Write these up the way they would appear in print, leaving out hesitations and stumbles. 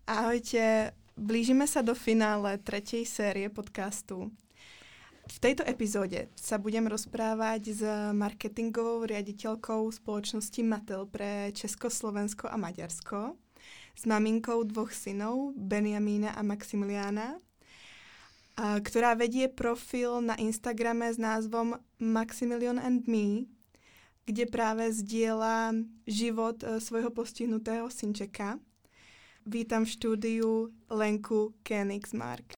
Ahojte, blížime sa do finále 3. série podcastu. V tejto epizóde sa budem rozprávať s marketingovou riaditeľkou spoločnosti Mattel pre Česko, Slovensko a Maďarsko, s maminkou 2 synov, Benjamína a Maximiliána, ktorá vedie profil na Instagrame s názvom Maximilian and Me, kde práve zdieľa život svojho postihnutého synčeka. Vítam v štúdiu Lenku Koenigsmark.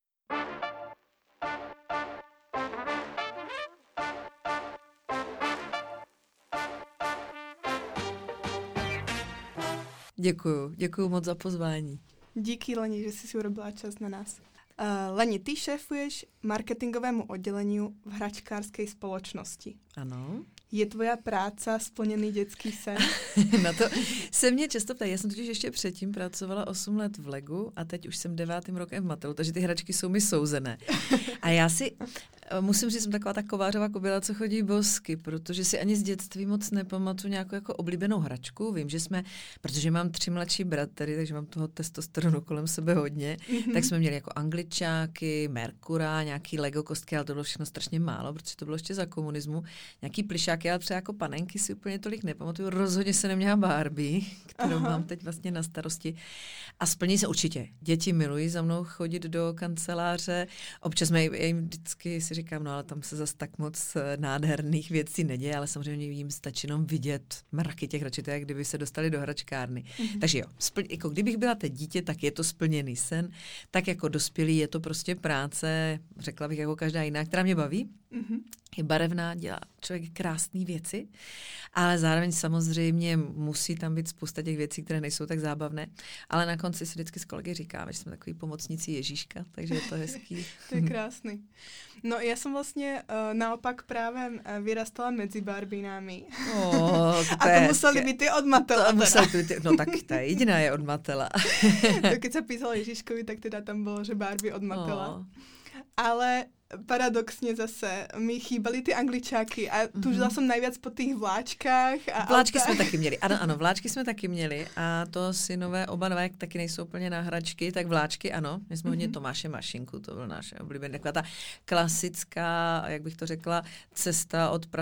Děkuju moc za pozvání. Díky, Leni, že jsi si urobila čas na nás. Leni, ty šéfuješ marketingovému odděleniu v hračkárskej spoločnosti. Ano. Je tvoja práca splněný dětský sen? Na to se mě často ptají. Já jsem totiž ještě předtím pracovala 8 let v Legu a teď už jsem 9. rokem v Mattelu, takže ty hračky jsou mi souzené. A já si musím říct, jsem taková ta kovářová kobila, co chodí bosky, protože si ani z dětství moc nepamatuju nějakou jako oblíbenou hračku. Vím, že protože mám 3 mladší bratry, takže mám toho testosteronu kolem sebe hodně, tak jsme měli jako angličáky, Merkura, nějaký Lego kostky, ale to bylo všechno strašně málo, protože to bylo ještě za komunismu. Nějaký plišáky, ale třeba jako panenky si úplně tolik nepamatuju. Rozhodně se neměla Barbie, kterou mám teď vlastně na starosti. A splní se určitě. Děti milují za mnou chodit do kanceláře. Občas jim vždycky si říkám, no ale tam se zas tak moc nádherných věcí neděje, ale samozřejmě jim stačí jenom vidět mraky těch hraček, jak kdyby se dostali do hračkárny. Takže jo, jako kdybych byla teď dítě, tak je to splněný sen. Tak jako dospělý je to prostě práce, řekla bych jako každá jiná, která mě baví. Je barevná, dělá člověk krásné věci, ale zároveň samozřejmě musí tam být spousta těch věcí, které nejsou tak zábavné, ale na konci si vždycky s kolegy říkáme, že jsme takový pomocníci Ježíška, takže je to hezký. To je krásný. No já jsem vlastně naopak právě vyrastala mezi Barbínami. A to museli být ty od Mattela. No tak ta jediná je od Mattela. Když se písalo Ježíškovi, tak teda tam bylo, že Barbie od Mattela. Ale paradoxně zase mi chýbaly ty angličáky a tužila jsem nejvíc po těch vláčkách. Vláčky jsme taky měli. Ano, vláčky jsme taky měli a to synové oba dva taky nejsou úplně na hračky, tak vláčky ano. My jsme hodně Tomáše Mašinku, to byl náš oblíbený. Taková ta klasická, jak bych to řekla, cesta od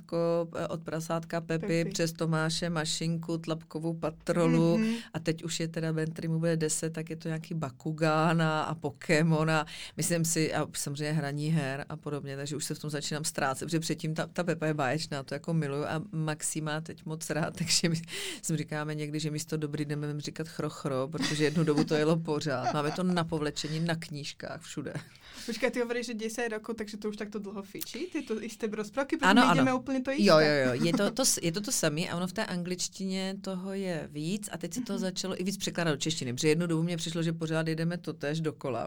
prasátka Pepy přes Tomáše Mašinku, Tlapkovou patrolu a teď už je teda Bentry mu bude 10, tak je to nějaký Bakugan a Pokémon a myslím si, a samozřejmě hraní her a podobně, takže už se v tom začínám ztrácet, protože předtím ta Pepa je báječná, to jako miluju a Maxi má teď moc rád, takže my říkáme někdy, že místo dobrý den budeme říkat chrochro, protože jednu dobu to jelo pořád. Máme to na povlečení, na knížkách, všude. Počkej, ty hovoríš, že 10 rokov, takže to už takto dlouho fičí? Ty to jisté rozprávky, protože my jdeme úplně to jisté. Jo, je to samé a ono v té angličtině toho je víc a teď se to začalo i víc překládat do češtiny, protože jednu dobu mě přišlo, že pořád jedeme to též dokola.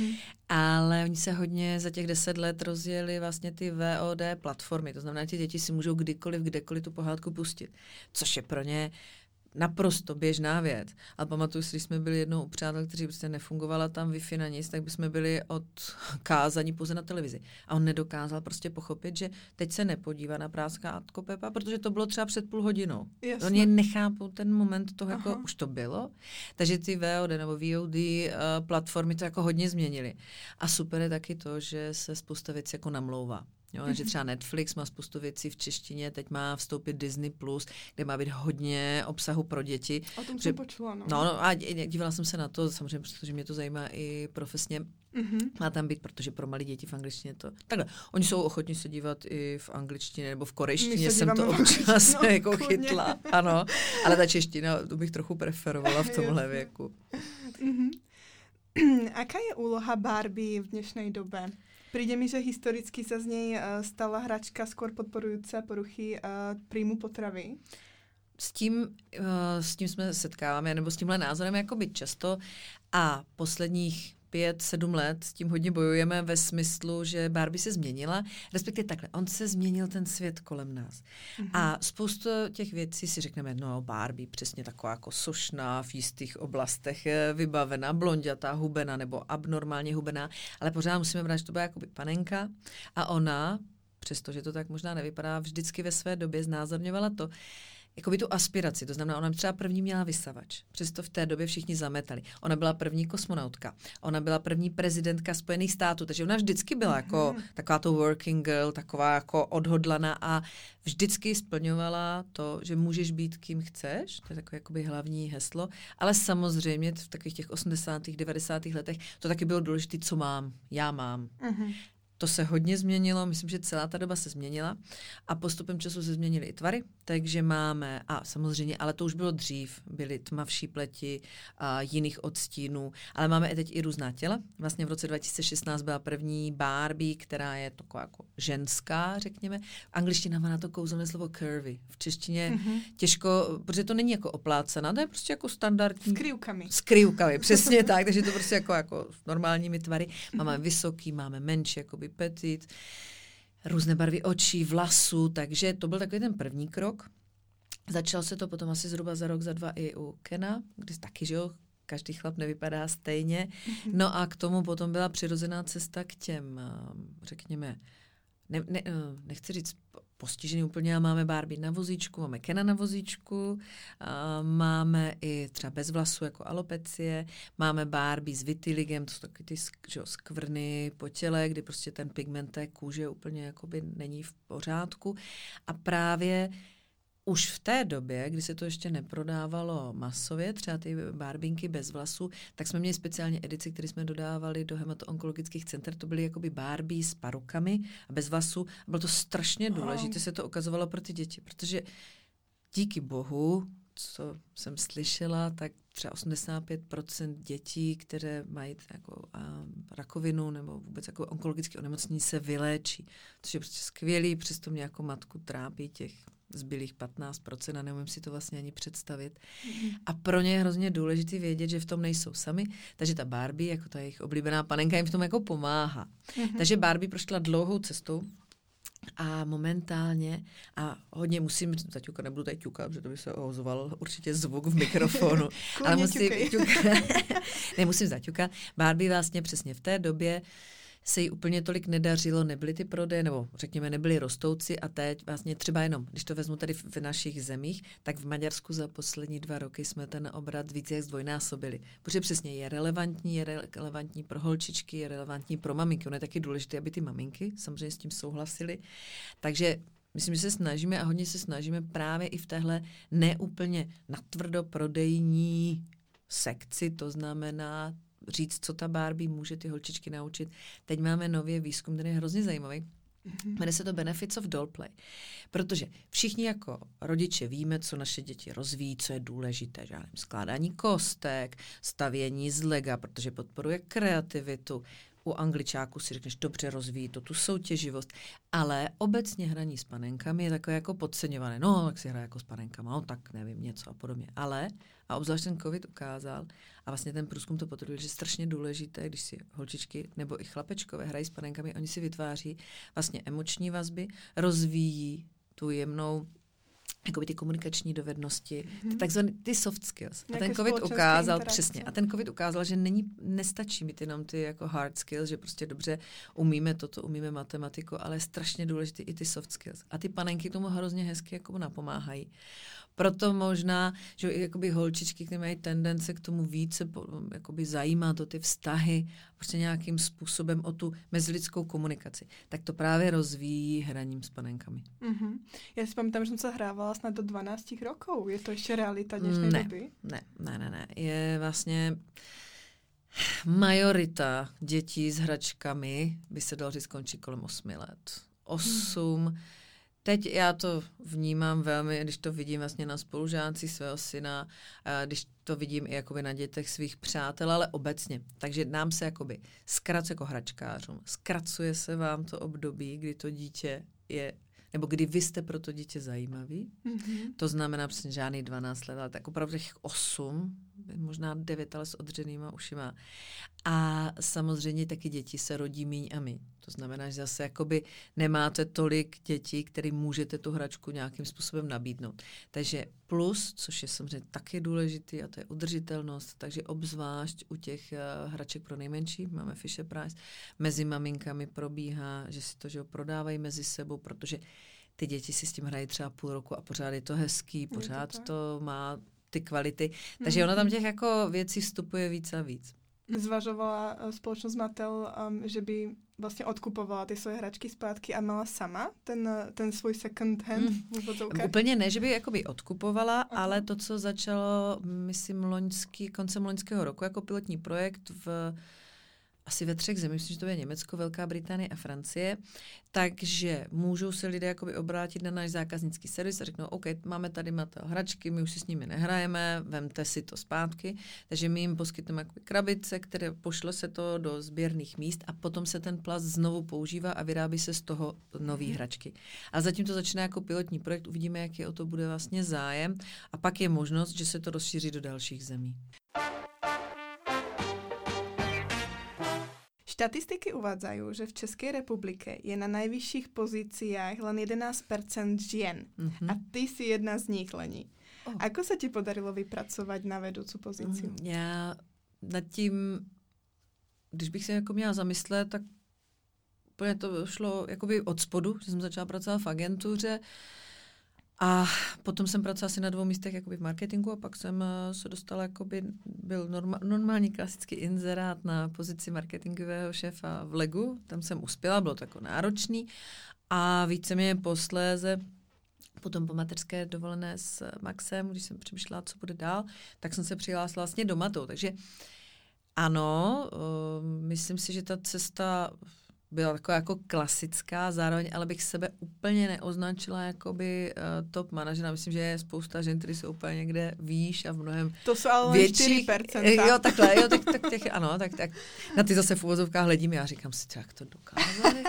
Ale oni se hodně za těch 10 let rozjeli vlastně ty VOD platformy, to znamená, že ty děti si můžou kdykoliv, kdekoliv tu pohádku pustit, což je pro ně naprosto běžná věc. Ale pamatuju si, když jsme byli jednou u přátel, kteří prostě nefungovala tam Wi-Fi na nic, tak bychom byli odkázaní pouze na televizi. A on nedokázal prostě pochopit, že teď se nepodívá na Práskátko Pepa, protože to bylo třeba před půl hodinou. Oni nechápou ten moment toho, jako už to bylo. Takže ty VOD nebo VOD platformy to jako hodně změnily. A super je taky to, že se spousta věcí jako namlouvá. Jo, že třeba Netflix má spoustu věcí v češtině, teď má vstoupit Disney+, kde má být hodně obsahu pro děti. O tom jsem počula, no. No a dívala jsem se na to, samozřejmě, protože mě to zajímá i profesně. Má tam být, protože pro malé děti v angličtině to... Takhle, oni jsou ochotní se dívat i v angličtině nebo v korejštině, jsem to občas jako chytla. Ano, ale ta čeština, to bych trochu preferovala v tomhle věku. Aká je úloha Barbie v dnešnej dobe? Príde mi, že historicky sa z nej stala hračka skôr podporujúca poruchy príjmu potravy. S tím jsme setkáváme, nebo s tímhle názorem jakoby často a posledních 5-7 let s tím hodně bojujeme ve smyslu, že Barbie se změnila, respektive takhle, on se změnil ten svět kolem nás. A spoustu těch věcí si řekneme, no Barbie přesně taková jako sošná, v jistých oblastech vybavená, blondětá, hubená nebo abnormálně hubená, ale pořád musíme brát, že to byla jakoby panenka a ona, přestože to tak možná nevypadá, vždycky ve své době znázorňovala to, jakoby tu aspiraci. To znamená, ona třeba první měla vysavač. Přesto v té době všichni zametali. Ona byla první kosmonautka. Ona byla první prezidentka Spojených států, takže ona vždycky byla jako taková to working girl, taková jako odhodlaná a vždycky splňovala to, že můžeš být kým chceš. To je takové jakoby hlavní heslo. Ale samozřejmě v takových těch 80. 90. letech to taky bylo důležité, co mám. Já mám. To se hodně změnilo, myslím, že celá ta doba se změnila a postupem času se změnily i tvary, takže máme, a samozřejmě, ale to už bylo dřív, byly tmavší pleti a jiných odstínů, ale máme i teď i různá těla. Vlastně v roce 2016 byla první Barbie, která je taková jako ženská, řekněme. Angličtina má na to kouzelné slovo curvy. V češtině těžko, protože to není jako oplácená, to je prostě jako standardní. S krývkami, přesně tak, takže to prostě jako s normálními tvary. Máme vysoký, máme menší, jakoby petit, různé barvy očí, vlasů, takže to byl takový ten první krok. Začal se to potom asi zhruba za rok, za dva i u Kena, kde taky, že jo, každý chlap nevypadá stejně. No a k tomu potom byla přirozená cesta k těm, řekněme, nechci říct postižený úplně, ale máme Barbie na vozíčku, máme Kena na vozíčku, máme i třeba bez vlasů jako alopecie, máme Barbie s vitiligem, to jsou taky ty skvrny po těle, kdy prostě ten pigment té kůže úplně jakoby není v pořádku. A právě už v té době, kdy se to ještě neprodávalo masově, třeba ty barbinky bez vlasů, tak jsme měli speciálně edici, které jsme dodávali do hematoonkologických center. To byly jakoby Barbie s parukami a bez vlasů. A bylo to strašně důležité, se to ukazovalo pro ty děti, protože díky bohu, co jsem slyšela, tak třeba 85% dětí, které mají jako rakovinu nebo vůbec jako onkologické onemocnění, se vyléčí. Což je prostě skvělý, přesto mě jako matku trápí těch zbylých 15% a neumím si to vlastně ani představit. A pro ně je hrozně důležité vědět, že v tom nejsou sami, takže ta Barbie, jako ta jejich oblíbená panenka, jim v tom jako pomáhá. Takže Barbie prošla dlouhou cestou a momentálně, a hodně musím zaťukat, nebudu tady ťukat, protože to by se ozval určitě zvuk v mikrofonu, ale musím zaťukat. Barbie vlastně přesně v té době se jí úplně tolik nedařilo, nebyly ty prodeje, nebo řekněme nebyly rostoucí a teď vlastně třeba jenom, když to vezmu tady v našich zemích, tak v Maďarsku za poslední 2 roky jsme ten obrat více jak zdvojnásobili. Protože přesně je relevantní pro holčičky, je relevantní pro maminky. Ono je taky důležité, aby ty maminky samozřejmě s tím souhlasily. Takže myslím, že se snažíme a hodně se snažíme právě i v téhle neúplně natvrdo prodejní sekci, to znamená říct, co ta Barbie může ty holčičky naučit. Teď máme nově výzkum, který je hrozně zajímavý. Jmenuje se to Benefits of Dollplay. Protože všichni jako rodiče víme, co naše děti rozvíjí, co je důležité. Že skládání kostek, stavění z lega, protože podporuje kreativitu. U Angličáků si řekneš, dobře rozvíjí to tu soutěživost, ale obecně hraní s panenkami je takové jako podceňované. No, tak si hraje jako s panenkama, no tak nevím, něco a podobně. Ale, a obzvlášť ten covid ukázal, a vlastně ten průzkum to potvrdil, že je strašně důležité, když si holčičky nebo i chlapečkové hrají s panenkami, oni si vytváří vlastně emoční vazby, rozvíjí tu jemnou jakoby ty komunikační dovednosti, takzvané ty soft skills. A ten covid ukázal, přesně, a ten covid ukázal, že nestačí mít jenom ty jako hard skills, že prostě dobře umíme toto, umíme matematiku, ale je strašně důležité i ty soft skills. A ty panenky tomu hrozně hezky jako napomáhají. Proto možná, že i jakoby holčičky, které mají tendence k tomu více jakoby zajímat to ty vztahy, prostě nějakým způsobem o tu mezilidskou komunikaci, tak to právě rozvíjí hraním s panenkami. Já si pamätám, že jsem se hrávala snad do 12 rokov. Je to ještě realita dnešní doby? Ne. Je vlastně majorita dětí s hračkami, by se dalo říct, skončí kolem 8 let. 8. Teď já to vnímám velmi, když to vidím vlastně na spolužácích svého syna, když to vidím i jakoby na dětech svých přátel, ale obecně. Takže nám se jakoby zkracuje jako hračkářům, zkracuje se vám to období, kdy to dítě je, nebo kdy vy jste pro to dítě zajímavý. To znamená přesně žádný 12 let, ale tak opravdu těch 8, možná 9, ale s odřenýma ušima. A samozřejmě taky děti se rodí míň a míň. To znamená, že zase jakoby nemáte tolik dětí, kterým můžete tu hračku nějakým způsobem nabídnout. Takže plus, což je samozřejmě taky důležitý, a to je udržitelnost, takže obzvlášť u těch hraček pro nejmenší, máme Fisher Price, mezi maminkami probíhá, že si to že prodávají mezi sebou, protože ty děti si s tím hrají třeba půl roku a pořád je to hezký, pořád to má ty kvality. Takže ono tam těch jako věcí vstupuje víc a víc. Zvažovala společnost Mattel, že by vlastně odkupovala ty svoje hračky zpátky a mala sama ten svůj second hand? Úplně ne, že by jakoby odkupovala, ale to, co začalo, myslím, koncem loňského roku jako pilotní projekt asi ve 3 zemích, myslím, že to je Německo, Velká Británie a Francie, takže můžou se lidé jakoby obrátit na náš zákaznický servis a řeknou, OK, máme tady Mattel hračky, my už si s nimi nehrajeme, vemte si to zpátky, takže my jim poskytneme jakoby krabice, které pošle se to do sběrných míst a potom se ten plast znovu používá a vyrábí se z toho nový hračky. A zatím to začíná jako pilotní projekt, uvidíme, jaký o to bude vlastně zájem a pak je možnost, že se to rozšíří do dalších zemí. Štatistiky uvádzajú, že v Českej republike je na najvyšších pozíciách len 11% žien. A ty si jedna z nich, Leni. Ako sa ti podarilo vypracovať na vedúcu pozíciu? Já nad tím, když bych se jako měla zamyslet, tak úplně to šlo jakoby od spodu, že jsem začala pracovat v agentuře a potom jsem pracovala asi na 2 místech jakoby v marketingu a pak jsem se dostala, jakoby byl normální klasický inzerát na pozici marketingového šéfa v Legu. Tam jsem uspěla, bylo to jako náročný a víceméně posléze potom po mateřské dovolené s Maxem, když jsem přemýšlela, co bude dál, tak jsem se přihlásila vlastně do Mattel. Takže ano, myslím si, že ta cesta byla taková jako klasická, zároveň, ale bych sebe úplně neoznačila jakoby top manažera. Myslím, že je spousta žen, kteří jsou úplně někde výš a v mnohem to jsou ale větší. 4%. Jo, takhle, jo, tak těch, ano, tak na ty zase v uvozovkách hledím, já říkám si, jak to dokázali.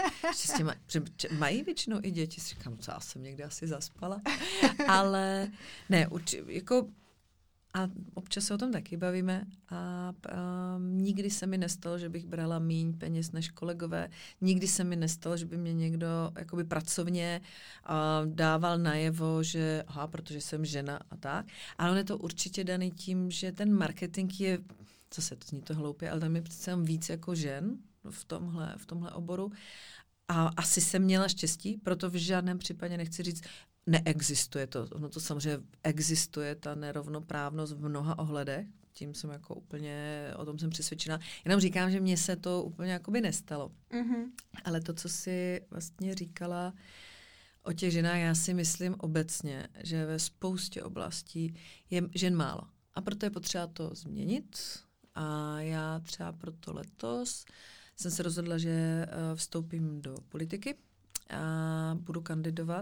Mají většinou i děti, si říkám, co já jsem někde asi zaspala. Ale ne, jako a občas se o tom taky bavíme a nikdy se mi nestalo, že bych brala míň peněz než kolegové. Nikdy se mi nestalo, že by mě někdo jakoby pracovně dával najevo, že protože jsem žena a tak. Ale on je to určitě daný tím, že ten marketing je, zase to zní to hloupě, ale tam je přece víc jako žen v tomhle oboru. A asi jsem měla štěstí, proto v žádném případě nechci říct, neexistuje to. Ono to samozřejmě existuje, ta nerovnoprávnost v mnoha ohledech. Tím jsem jako úplně, o tom jsem přesvědčená. Jenom říkám, že mně se to úplně jakoby nestalo. Ale to, co jsi vlastně říkala o těch ženách, já si myslím obecně, že ve spoustě oblastí je žen málo. A proto je potřeba to změnit. A já třeba proto letos jsem se rozhodla, že vstoupím do politiky a budu kandidovat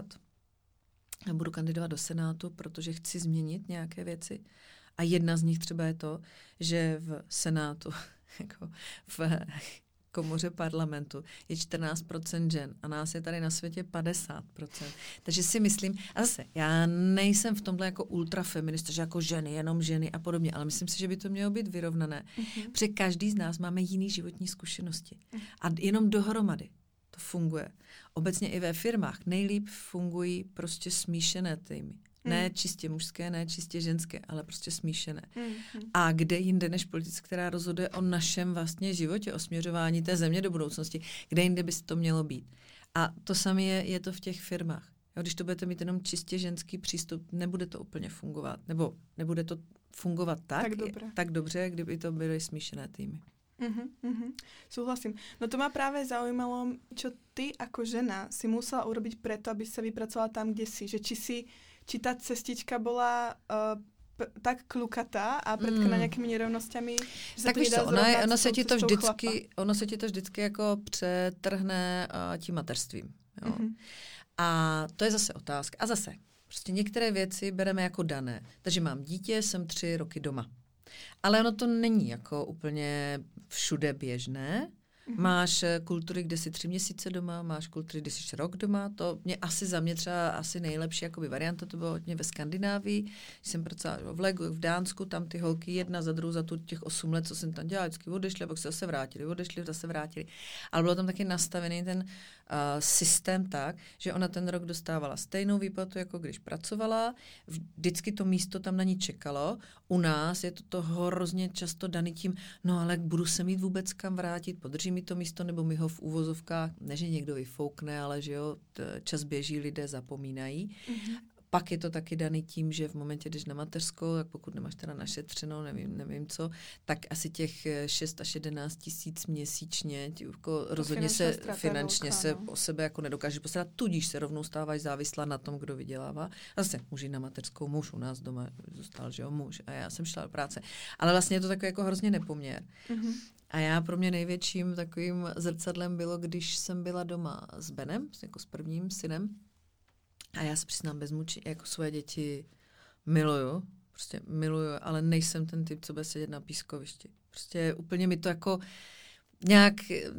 do Senátu, protože chci změnit nějaké věci. A jedna z nich třeba je to, že v Senátu, jako v komoře parlamentu, je 14% žen a nás je tady na světě 50%. Takže si myslím, a zase, já nejsem v tomhle jako ultrafeminista, že jako ženy, jenom ženy a podobně, ale myslím si, že by to mělo být vyrovnané. Protože každý z nás máme jiný životní zkušenosti. A jenom dohromady to funguje. Obecně i ve firmách nejlíp fungují prostě smíšené týmy. Ne čistě mužské, ne čistě ženské, ale prostě smíšené. A kde jinde než politice, která rozhoduje o našem vlastně životě, o směřování té země do budoucnosti, kde jinde by to mělo být. A to samé je to v těch firmách. Jo, když to budete mít jenom čistě ženský přístup, nebude to úplně fungovat. Nebo nebude to fungovat tak dobře, kdyby to byly smíšené týmy. Súhlasím. No to ma práve zaujímalo, čo ty ako žena si musela urobiť preto, aby sa vypracovala tam, kde si. Že či tá cestička bola tak klukatá a pretkaná nejakými nerovnosťami, že tak víš co, ono se ti to vždycky jako přetrhne tím mateřstvím. Jo. A to je zase otázka. A zase, prostě některé věci bereme jako dané. Takže mám dítě, jsem 3 roky doma. Ale ono to není jako úplně všude běžné. Máš kultury, kde jsi 3 měsíce doma, máš kultury, kde jsi rok doma. To mě za mě třeba asi nejlepší jakoby varianta, to bylo hodně ve Skandinávii. Když jsem pracovala v Legu, v Dánsku, tam ty holky jedna za druhou za těch 8 let, co jsem tam dělala, vždycky odešly, pak se zase vrátili. Ale bylo tam taky nastavený ten systém tak, že ona ten rok dostávala stejnou výplatu, jako když pracovala. Vždycky to místo tam na ní čekalo. U nás je to hrozně často daný tím, no ale budu se mít vůbec kam vrátit, podrží mít to místo, nebo mi ho v úvozovkách, ne, že někdo vyfoukne, ale že jo, čas běží, lidé zapomínají. Pak je to taky daný tím, že v momentě, když na mateřskou, tak pokud nemáš teda našetřenou, nevím co, tak asi těch 6 až 11 tisíc měsíčně jako rozhodně se finančně se o sebe jako nedokáže postarat, tudíž se rovnou stáváš závislá na tom, kdo vydělává. A zase muži na mateřskou, muž u nás doma zůstal, že jo, muž a já jsem šla do práce. Ale vlastně je to takový jako hrozně nepoměr. A já pro mě největším takovým zrcadlem bylo, když jsem byla doma s Benem, jako s prvním synem. A já se přiznám jako svoje děti miluju, ale nejsem ten typ, co bude sedět na pískovišti. Prostě úplně mi to jako nějak,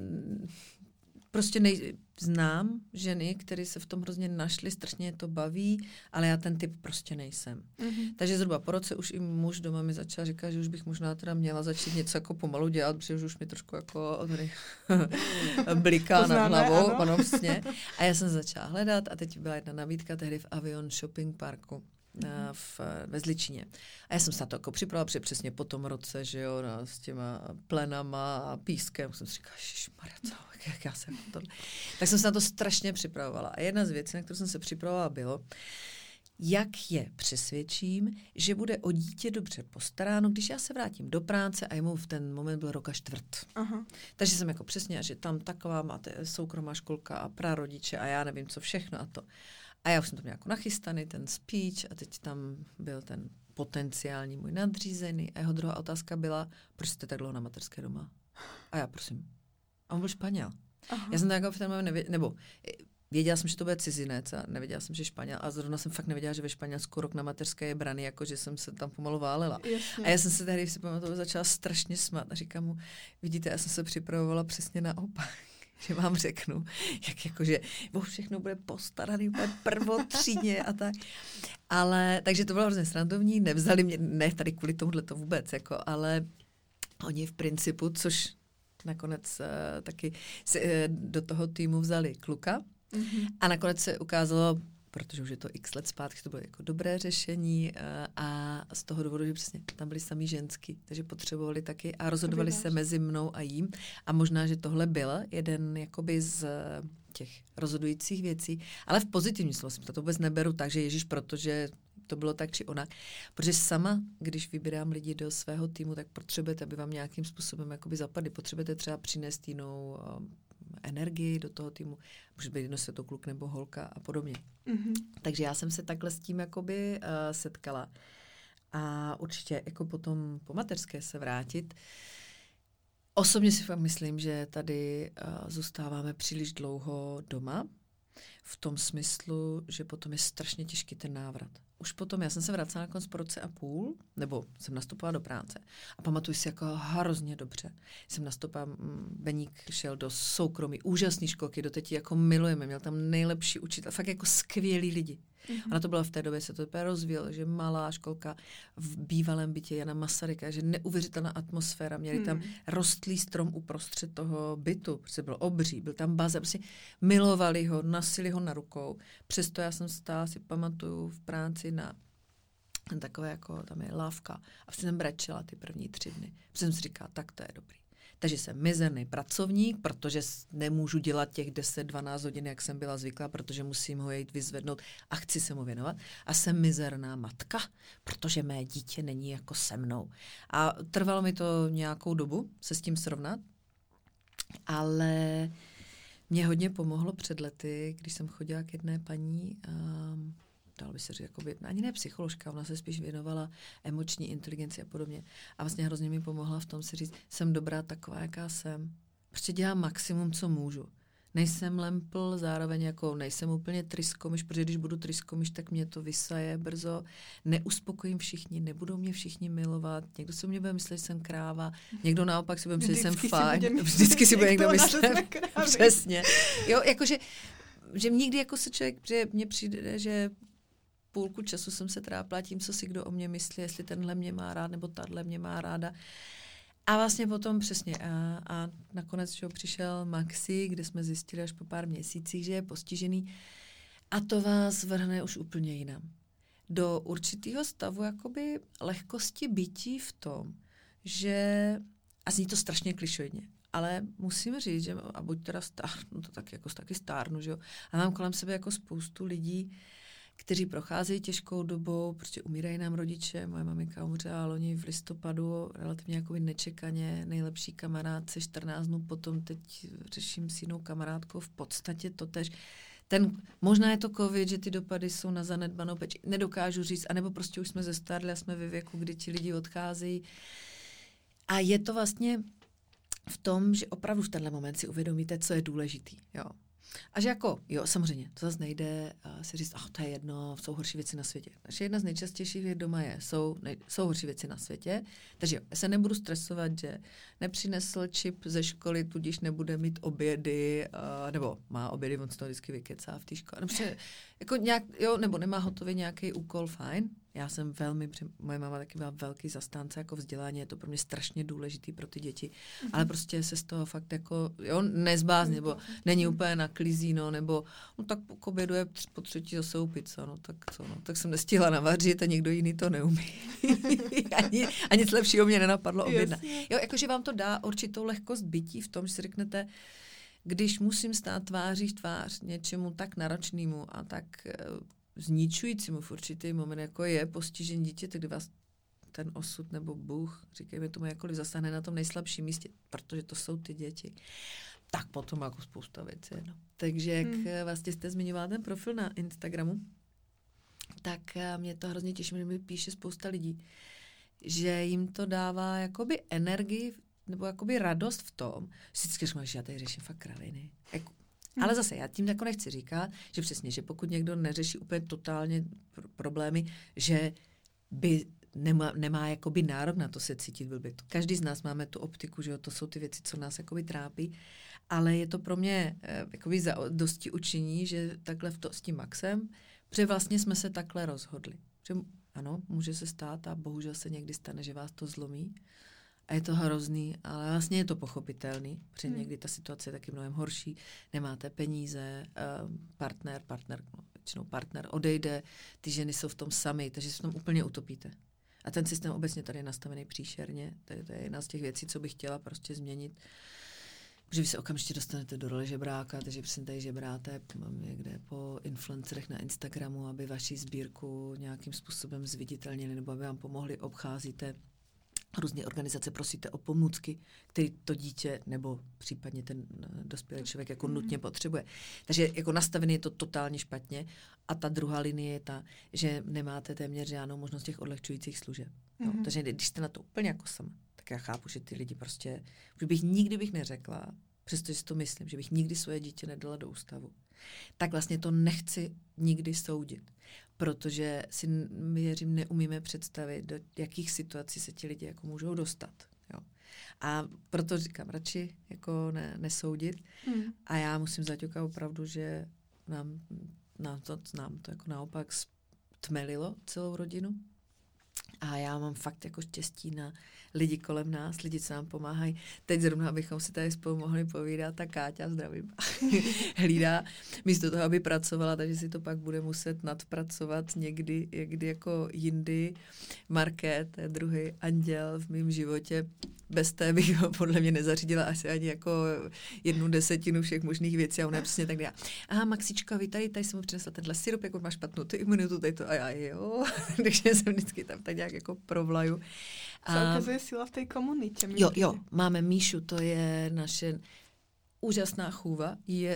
prostě znám ženy, které se v tom hrozně našly, strašně je to baví, ale já ten typ prostě nejsem. Takže zhruba po roce už i muž doma mi začal říkat, že už bych možná teda měla začít něco jako pomalu dělat, protože už mi trošku jako bliká nad hlavou. Ano, přesně. A já jsem začala hledat a teď byla jedna nabídka tehdy v Avion Shopping Parku ve Zličině. A já jsem se na to jako připravila, protože přesně po tom roce, že jo, s těma plenama a pískem, jsem si říkala, ježišmarja, jak já jsem to... Tak jsem se na to strašně připravovala. A jedna z věcí, na kterou jsem se připravovala, bylo, jak je přesvědčím, že bude o dítě dobře postaráno, když já se vrátím do práce a jemu v ten moment byl rok a čtvrt. Takže jsem jako přesně, že tam taková máte soukromá školka a prarodiče a já nevím, co všechno a to. A já už jsem to měla jako nachystaný, ten speech, a teď tam byl ten potenciální můj nadřízený. A jeho druhá otázka byla, proč jste tak dlouho na mateřské doma? A já, prosím. A on byl Španěl. Já jsem to jako v ten moment věděla jsem, že to bude cizinec a nevěděla jsem, že Španěl. A zrovna jsem fakt nevěděla, že ve Španělsku rok na mateřské je braný, jako že jsem se tam pomalu válela. Jasně. A já jsem se tehdy, si pamatuju, začala strašně smát a říkám mu, vidíte, já jsem se připravovala přesně naopak. Že vám řeknu, jak jakože všechno bude postaraný úplně prvotřídně a tak. Ale, takže to bylo hrozně srandovní, nevzali mě, ne tady kvůli tomuhle to vůbec, jako, ale oni v principu, což nakonec taky do toho týmu vzali kluka a nakonec se ukázalo, protože už je to x let zpátky, to bylo jako dobré řešení a z toho důvodu, že přesně tam byli samý ženský, takže potřebovali taky a rozhodovali se mezi mnou a jím a možná, že tohle byl jeden jakoby z těch rozhodujících věcí, ale v pozitivním slova smyslu, to vůbec neberu tak, že Ježíš, protože to bylo tak či onak, protože sama, když vybírám lidi do svého týmu, tak potřebujete, aby vám nějakým způsobem jakoby zapadli, potřebujete třeba přinést jinou energii do toho týmu, může být jedno, se to kluk nebo holka a podobně. Takže já jsem se takhle s tím jakoby setkala a určitě jako potom po mateřské se vrátit. Osobně si fakt myslím, že tady zůstáváme příliš dlouho doma, v tom smyslu, že potom je strašně těžký ten návrat. Už potom, já jsem se vracela nakonec po roce a půl, nebo jsem nastupovala do práce a pamatuju si jako hrozně dobře. Jsem nastupovala, Beník šel do soukromí, úžasné školky, doteď jako milujeme, měl tam nejlepší učitel, fakt jako skvělí lidi. A na to bylo v té době, se to úplně rozvíjelo, že malá školka v bývalém bytě Jana Masaryka, že neuvěřitelná atmosféra, měli tam rostlý strom uprostřed toho bytu, protože byl obří, byl tam bazén, prostě milovali ho, nosili ho na rukou. Přesto já jsem stála, si pamatuju, v práci na takové jako, tam je lávka a jsem brečela ty první 3 dny. Protože jsem si říkala, tak to je dobrý. Takže jsem mizerný pracovník, protože nemůžu dělat těch 10-12 hodin, jak jsem byla zvyklá, protože musím ho jít vyzvednout a chci se mu věnovat. A jsem mizerná matka, protože mé dítě není jako se mnou. A trvalo mi to nějakou dobu se s tím srovnat, ale mě hodně pomohlo před lety, když jsem chodila k jedné paní, dalo by se říct, jakoby, ani ne psycholožka, ona se spíš věnovala emoční inteligenci a podobně. A vlastně hrozně mi pomohla v tom si říct, jsem dobrá taková, jaká jsem. Prostě dělám maximum, co můžu. Nejsem lempl, zároveň jako nejsem úplně tryskomiš, protože když budu tryskomiš, tak mě to vysaje brzo. Neuspokojím všichni, nebudou mě všichni milovat. Někdo si o mě bude myslet, že jsem kráva, někdo naopak si bude myslet, že jsem fajn. Vždycky si bude někdo myslet. Přesně. Jo, jakože že nikdy jako se člověk, že mně přijde, že půlku času jsem se trápila tím, co si kdo o mě myslí, jestli tenhle mě má rád, nebo tahle mě má ráda. A vlastně potom přesně. A nakonec že přišel Maxi, kde jsme zjistili až po pár měsících, že je postižený. A to vás vrhne už úplně jinam. Do určitého stavu jakoby lehkosti bytí v tom, že A zní to strašně klišoidně. Ale musím říct, že a buď teda stárnu, to taky stárnu, že jo. A mám kolem sebe jako spoustu lidí, kteří procházejí těžkou dobou, prostě umírají nám rodiče, moje maminka umřela loni v listopadu, relativně jako nečekaně, nejlepší kamarád se 14 dnů potom, teď řeším s jinou kamarádkou v podstatě totež. Možná je to covid, že ty dopady jsou na zanedbanou péči, nedokážu říct, anebo prostě už jsme zestárli a jsme ve věku, kdy ti lidi odcházejí. A je to vlastně v tom, že opravdu v tenhle moment si uvědomíte, co je důležitý, jo. A že jako, jo, samozřejmě, to zase nejde si říct, to je jedno, jsou horší věci na světě. Takže jedna z nejčastějších věc doma jsou horší věci na světě. Takže jo, já se nebudu stresovat, že nepřinesl čip ze školy, tudíž nebude mít obědy, nebo má obědy, on se to vždycky vykecá v té škole. Jako nějak, jo, nebo nemá hotový nějaký úkol, fajn. Já jsem moje máma taky byla velký zastánce jako vzdělání, je to pro mě strašně důležitý pro ty děti, ale prostě se z toho fakt jako, jo, nezblázní, nebo není úplně naklizí, no, nebo, no tak po obědu je po třetí zase pizza, no, tak co, no, tak jsem nestihla navařit a někdo jiný to neumí. a nic lepšího mě nenapadlo objednat. Jo, jakože vám to dá určitou lehkost bytí v tom, že si řeknete, když musím stát tváří v tvář něčemu tak náročnému a tak zničujícímu v určitý moment, jako je postižení dítěte, kdy vás ten osud nebo Bůh, říkejme tomu jakkoliv, zasáhne na tom nejslabším místě, protože to jsou ty děti, tak potom jako spousta věcí. No. Takže jak vlastně jste zmiňovala ten profil na Instagramu, tak mě to hrozně těší, že mi píše spousta lidí, že jim to dává jakoby energii nebo jakoby radost v tom, že vždycky říkám, že já tady řeším fakt kraviny. Ale zase já tím jako nechci říkat, že přesně, že pokud někdo neřeší úplně totálně problémy, že by nemá jakoby nárok na to se cítit blbě. Každý z nás máme tu optiku, že jo, to jsou ty věci, co nás jakoby trápí, ale je to pro mě jakoby dosti učení, že takhle s tím Maxem, protože vlastně jsme se takhle rozhodli. Že ano, může se stát a bohužel se někdy stane, že vás to zlomí. A je to hrozný, ale vlastně je to pochopitelný, protože někdy ta situace je taky mnohem horší, nemáte peníze, většinou partner odejde, ty ženy jsou v tom sami, takže se v tom úplně utopíte. A ten systém obecně tady je nastavený příšerně, to je jedna z těch věcí, co bych chtěla prostě změnit, že vy se okamžitě dostanete do role žebráka, takže přesně tady žebráte někde po influencerech na Instagramu, aby vaši sbírku nějakým způsobem zviditelnili, nebo aby vám pomohli, obcházíte různé organizace, prosíte o pomůcky, který to dítě nebo případně ten dospělý člověk jako nutně potřebuje. Takže jako nastavený je to totálně špatně. A ta druhá linie je ta, že nemáte téměř žádnou možnost těch odlehčujících služeb. No, takže když jste na to úplně jako sama, tak já chápu, že ty lidi prostě, už nikdy bych neřekla, přestože si to myslím, že bych nikdy svoje dítě nedala do ústavu, tak vlastně to nechci nikdy soudit. Protože si, věřím, neumíme představit, do jakých situací se ti lidi jako můžou dostat. Jo. A proto říkám, radši jako nesoudit. A já musím zaťukat opravdu, že nám to jako naopak tmelilo celou rodinu. A já mám fakt jako štěstí na lidi kolem nás, lidi, co nám pomáhají. Teď zrovna, abychom si tady spolu mohli povídat, tak Káťa, zdravím, hlídá místo toho, aby pracovala, takže si to pak bude muset nadpracovat někdy jako jindy. Market, to je druhý anděl v mém životě. Bez té bych ho podle mě nezařídila asi ani jako 1/10 všech možných věcí a ona je přesně tak dělá. Aha, Maxička, vy tady jsem mu přinesla tenhle sirup, jako máš špatnou ty imunitu, tady to a já jo. Takže jsem vždycky tam tak nějak jako provlaju. Se ukazuje síla v té komunitě. Jo, máme Míšu, to je naše úžasná chůva,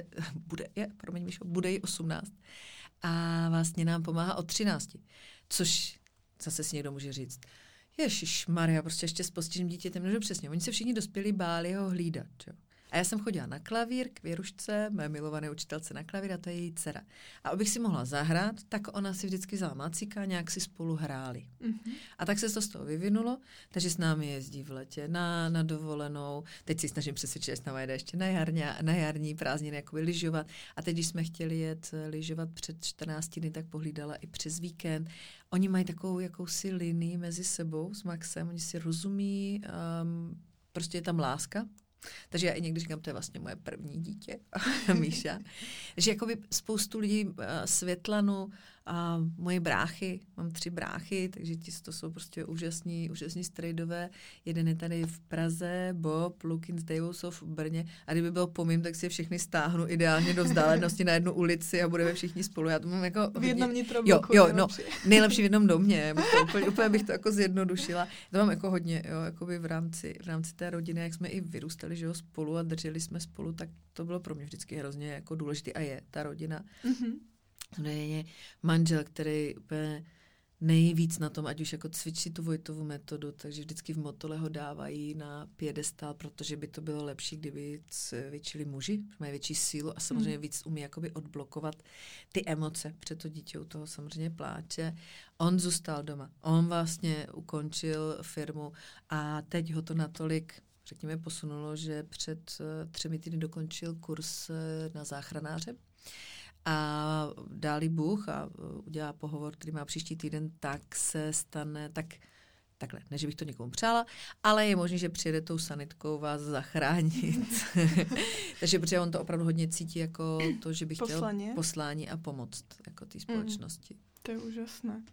bude jí 18 a vlastně nám pomáhá od 13, což zase si někdo může říct, ježišmarja, prostě ještě s postiženým dítětem, no přesně, oni se všichni dospělí báli ho hlídat, jo. A já jsem chodila na klavír k Věrušce, mé milované učitelce na klavír, a to je její dcera. A abych si mohla zahrát, tak ona si vždycky vzala Macíka a nějak si spolu hráli. A tak se to z toho vyvinulo, takže s námi jezdí v letě na dovolenou. Teď si snažím přesvědčit, že s námi jede ještě na jarní prázdniny jakoby lyžovat. A teď, když jsme chtěli jet lyžovat před 14 dny, tak pohlídala i přes víkend. Oni mají takovou jakousi linii mezi sebou s Maxem, oni si rozumí, prostě je tam láska. Takže já i někdy říkám, to je vlastně moje první dítě, Míša. Že jakoby spoustu lidí, Světlanu A moje bráchy, mám 3 bráchy, takže to jsou prostě úžasní strejdové. Jeden je tady v Praze, Bob, Lukin s Davou jsou v Brně. A kdyby byl po mým, tak si je všechny stáhnu ideálně do vzdálenosti na jednu ulici a budeme všichni spolu. Já to mám jako v jednom nitrobloku. Jo, no, nejlepší v jednom domě. Úplně bych to jako zjednodušila. To mám jako hodně, jo, jakoby v rámci té rodiny, jak jsme i vyrůstali, že jo, spolu a drželi jsme spolu, tak to bylo pro mě vždycky hrozně jako důležité a je ta rodina. Je manžel, který úplně nejvíc na tom, ať už jako cvičí tu Vojtovu metodu, takže vždycky v Motole ho dávají na piedestal, protože by to bylo lepší, kdyby cvičili muži, mají větší sílu a samozřejmě víc umí jakoby odblokovat ty emoce, protože to dítě u toho samozřejmě pláče. On zůstal doma, on vlastně ukončil firmu a teď ho to natolik, řekněme, posunulo, že před 3 týdny dokončil kurz na záchranáře. A dá-li Bůh a udělá pohovor, který má příští týden, tak se stane, takhle, ne, že bych to někomu přála, ale je možné, že přijede tou sanitkou vás zachránit. Takže protože on to opravdu hodně cítí jako to, že by chtěl poslání a pomoct jako té společnosti. To je úžasné.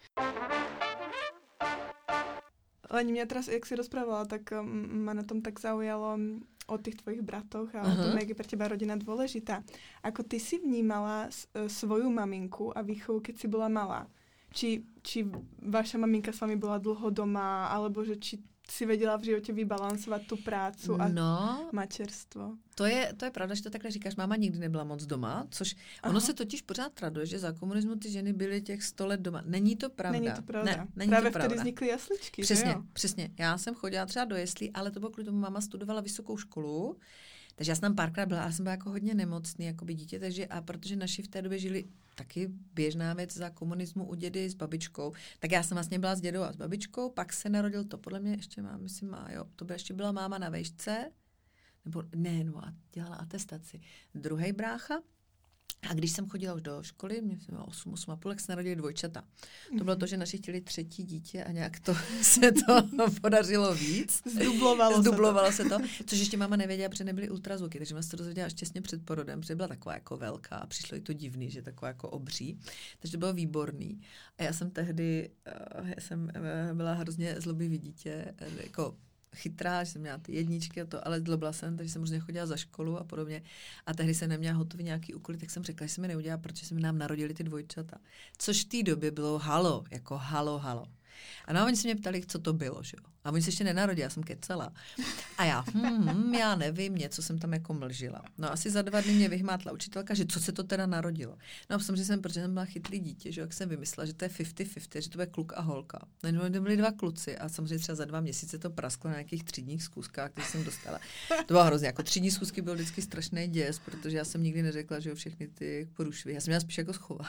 Len mňa teraz, jak si rozprávala, tak ma na tom tak zaujalo o tých tvojich bratoch a o tom, jak je pre teba rodina dôležitá. Ako ty si vnímala svoju maminku a výchovu, keď si bola malá? Či vaša maminka s vami bola dlho doma, alebo že či si vedela v životě vybalansovat tu prácu a materstvo? To je pravda, že to takhle říkáš. Máma nikdy nebyla moc doma, což ono se totiž pořád traduje, že za komunismu ty ženy byly těch 100 let doma. Není to pravda. Není to pravda. Ne, není právě to pravda. vtedy vznikly jasličky, přesně, že jo? Přesně. Já jsem chodila třeba do jeslí, ale to bylo kvůli tomu, máma studovala vysokou školu, takže já jsem tam párkrát byla, ale jsem byla jako hodně nemocný, jakoby dítě, takže a protože naši v té době žili taky běžná věc za komunismu u dědy s babičkou, tak já jsem vlastně byla s dědou a s babičkou, pak se narodil to, podle mě ještě to by ještě byla máma na vejšce, a dělala atestaci. Druhý brácha, a když jsem chodila už do školy, mě jsem měla 8,5, jak se narodili dvojčata. To bylo to, že naši chtěli 3. dítě a nějak se to podařilo víc. Zdublovalo se to, což ještě máma nevěděla, protože nebyly ultrazvuky, takže se to dozvěděla až těsně před porodem, protože byla taková jako velká a přišlo jí to divný, že taková jako obří. Takže to bylo výborný. A já jsem tehdy, byla hrozně zlobivý dítě, jako chytrá, že jsem měla ty jedničky a to, ale zlobila jsem, takže jsem možná chodila za školu a podobně. A tehdy jsem neměla hotový nějaký úkoly, tak jsem řekla, že se mi neudělá, protože se mi nám narodili ty dvojčata. Což v té době bylo halo. A no, oni se mě ptali, co to bylo, že jo. A oni se ještě nenarodili, já jsem kecala. A já nevím, něco jsem tam jako mlžila. No asi za 2 dny mě vyhmátla učitelka, že co se to teda narodilo. No a samozřejmě protože jsem byla chytrý dítě, že jo, jak jsem vymyslela, že to je 50-50, že to bude kluk a holka. No to byli 2 kluci a samozřejmě třeba za 2 měsíce to prasklo na nějakých třídních zkouškách, které jsem dostala. To bylo hrozně, jako třídní zkoušky byl vždycky strašný děs, protože já jsem nikdy neřekla, že jo, všechny ty porušví. Já jsem měla spíš jako schování.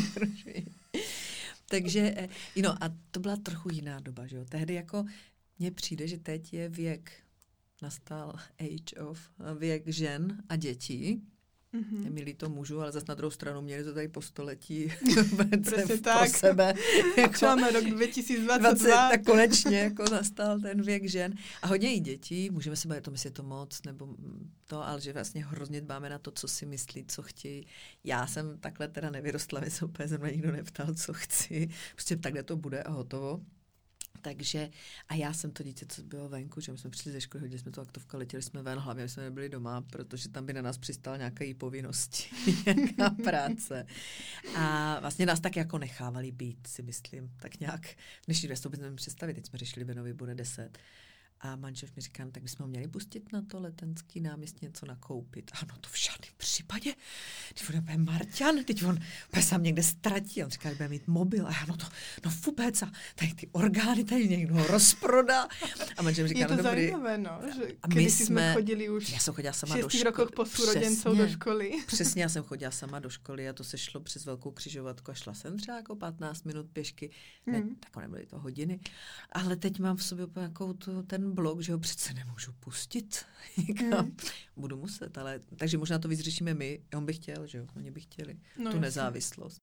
Takže, a to byla trochu jiná doba, že jo. Tehdy jako mně přijde, že teď je nastal věk žen a dětí. Je mi líto mužů, ale zase na druhou stranu měli to tady po století pro sebe. Jako, máme rok 2022. Tak konečně jako nastal ten věk žen. A hodně i dětí, můžeme se bavit o tom, jestli je to moc, nebo to, ale že vlastně hrozně dbáme na to, co si myslí, co chtějí. Já jsem takhle teda nevyrostla, mě se úplně ze mě nikdo neptal, co chci. Prostě takhle to bude a hotovo. Takže, a já jsem to dítě, co bylo venku, že my jsme přišli ze školy, hodili jsme to aktovka, letěli jsme ven, hlavně jsme nebyli doma, protože tam by na nás přistala nějaká jí povinnosti, nějaká práce. A vlastně nás tak jako nechávali být, si myslím, tak nějak, v dnešní době to bychom představit, teď jsme řešili, Benovi bude 10. A manžel mi říká, tak bychom měli pustit na to Letenský náměstí něco nakoupit. Ano, to v žádném případě. Teď on je Marťan, teď on sám někde ztratí. On říká, že bude mít mobil. A já, vůbec. A tady ty orgány, tady někdo ho rozprodá. A manžel mi říká, je to zajímavé, že když jsme chodili už já jsem chodila sama 6 do školy. rokoch po súrodencov do školy. Přesně, já jsem chodila sama do školy a to se šlo přes velkou křižovatku a šla jsem třeba jako 15 minut pěšky. Ne, tak nebyly to hodiny. Ale teď mám v sobě jako ten blok, že ho přece nemůžu pustit nikam. Budu muset, ale takže možná to vyřešíme my. On by chtěl, že jo, oni by chtěli tu nezávislost.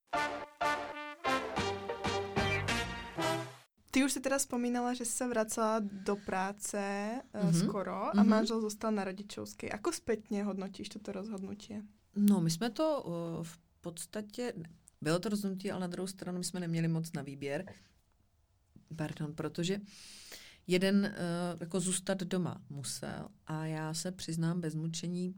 Ty už si teda vzpomínala, že jsi se vracela do práce skoro a manžel zostal na rodičovské. Ako spätně hodnotíš toto rozhodnutie? No, my jsme to v podstatě... Bylo to rozhodnutí, ale na druhou stranu my jsme neměli moc na výběr. Protože jeden jako zůstat doma musel a já se přiznám bez mučení,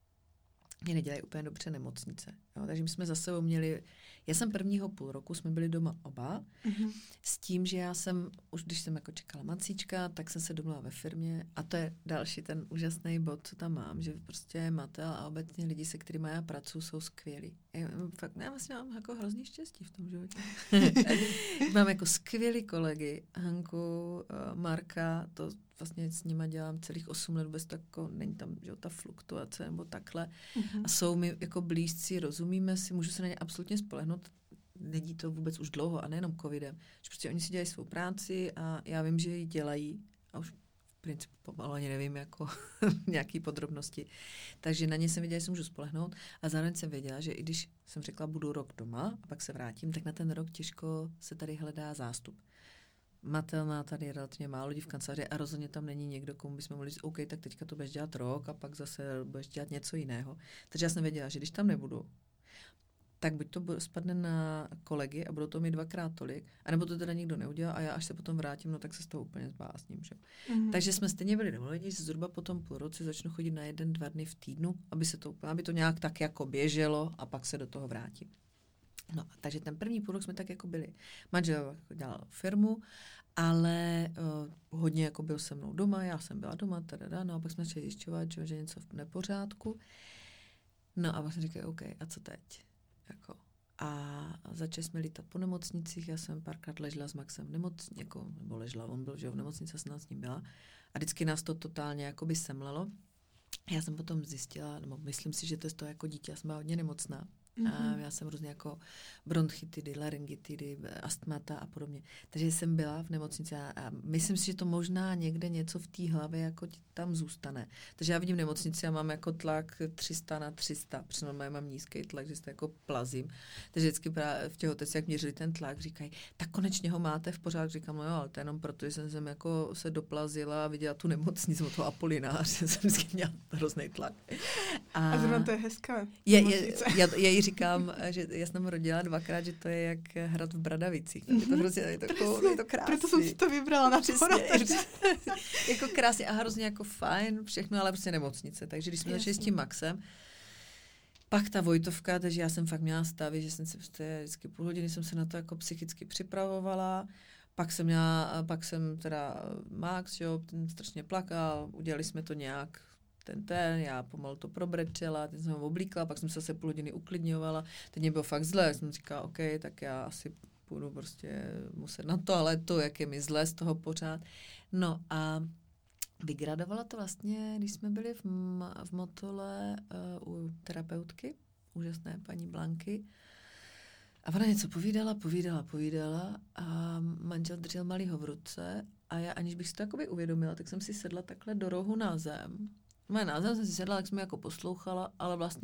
mě nedělají úplně dobře nemocnice. Jo? Takže my jsme za sebou měli, já jsem prvního půl roku, jsme byli doma oba, s tím, že já jsem, už když jsem jako čekala macíčka, tak jsem se domluvila ve firmě a to je další ten úžasný bod, co tam mám, že prostě Matel a obecně lidi, se kterými já pracuji, jsou skvělí. Já vlastně mám jako hrozný štěstí v tom životě. Mám jako skvělý kolegy, Hanku, Marka, to vlastně s nima dělám celých 8 let, vůbec tak jako, není tam že, ta fluktuace nebo takhle. A jsou mi jako blízcí, rozumíme si, můžu se na ně absolutně spolehnout. Nedí to vůbec už dlouho a nejenom covidem. Že prostě oni si dělají svou práci a já vím, že ji dělají a už v principu pomalu ani nevím jako nějaký podrobnosti. Takže na ně jsem věděla, že se můžu spolehnout a zároveň jsem věděla, že i když jsem řekla, budu rok doma a pak se vrátím, tak na ten rok těžko se tady hledá zástup. Matel má tady relativně málo lidí v kanceláři a rozhodně tam není někdo, komu bychom mohli říct, OK, tak teďka to budeš dělat rok a pak zase budeš dělat něco jiného. Takže já jsem věděla, že když tam nebudu, tak buď to spadne na kolegy a budou to mít 2x tolik, anebo to teda nikdo neudělá a já až se potom vrátím, no tak se z toho úplně zblázním. Že? Takže jsme stejně byli domluveni, že zhruba po tom půl roce začnu chodit na 1-2 dny v týdnu, aby to nějak tak jako běželo a pak se do toho vrátím. No, takže ten první půl rok jsme tak jako byli. Manžel dělal firmu, ale hodně jako byl se mnou doma, já jsem byla doma, no a pak jsme začali zjišťovat, že něco v nepořádku. No a pak jsem říkala, OK, a co teď? Jako. A začali jsme lítat po nemocnicích, já jsem párkrát ležela s Maxem v nemocnici, jako, nebo ležela, on byl, že v nemocnici, jsem s ním byla. A vždycky nás to totálně jakoby semlelo. Já jsem potom zjistila, nebo myslím si, že to je to jako dítě, já jsem byla hodně nemocná. A já jsem různě jako bronchitidy, laryngitidy, astmata a podobně. Takže jsem byla v nemocnici a myslím si, že to možná někde něco v té hlavě jako tam zůstane. Takže já vidím nemocnici a mám jako tlak 300/300, protože normálně mám nízký tlak, že se jako plazím. Takže vždycky v těhotenství, jak měřili ten tlak, říkají, tak konečně ho máte v pořádku. Říkám, no jo, ale to jenom proto, že jsem jako se doplazila a viděla tu nemocnici od toho Apolináře, jsem vždycky měla hrozný tlak. A zrovna to je hezká. Já říkám, že já jsem rodila 2x, že to je jak hrad v Bradavicích. Je to hrozně, je to krásný. Proto jsem si to vybrala na jako krásně a hrozně jako fajn, všechno, ale prostě nemocnice. Takže když jsme začali s tím Maxem, pak ta Vojtovka, takže já jsem fakt měla stavy, že jsem si prostě vždycky půl hodiny jsem se na to jako psychicky připravovala. Pak jsem teda Max, jo, ten strašně plakal, udělali jsme to nějak já pomalu to probrečela, teď jsem ho oblíkla, pak jsem se zase půl hodiny uklidňovala, teď mě bylo fakt zle, jsem říkala, OK, tak já asi půjdu prostě muset na toaletu, jak je mi zle z toho pořád. No a vygradovala to vlastně, když jsme byli v Motole u terapeutky, úžasné paní Blanky, a ona něco povídala a manžel držel malýho v ruce a já, aniž bych si to jakoby uvědomila, tak jsem si sedla takhle do rohu na zem. Na zem jsem si sedla, tak jsem jako poslouchala, ale vlastně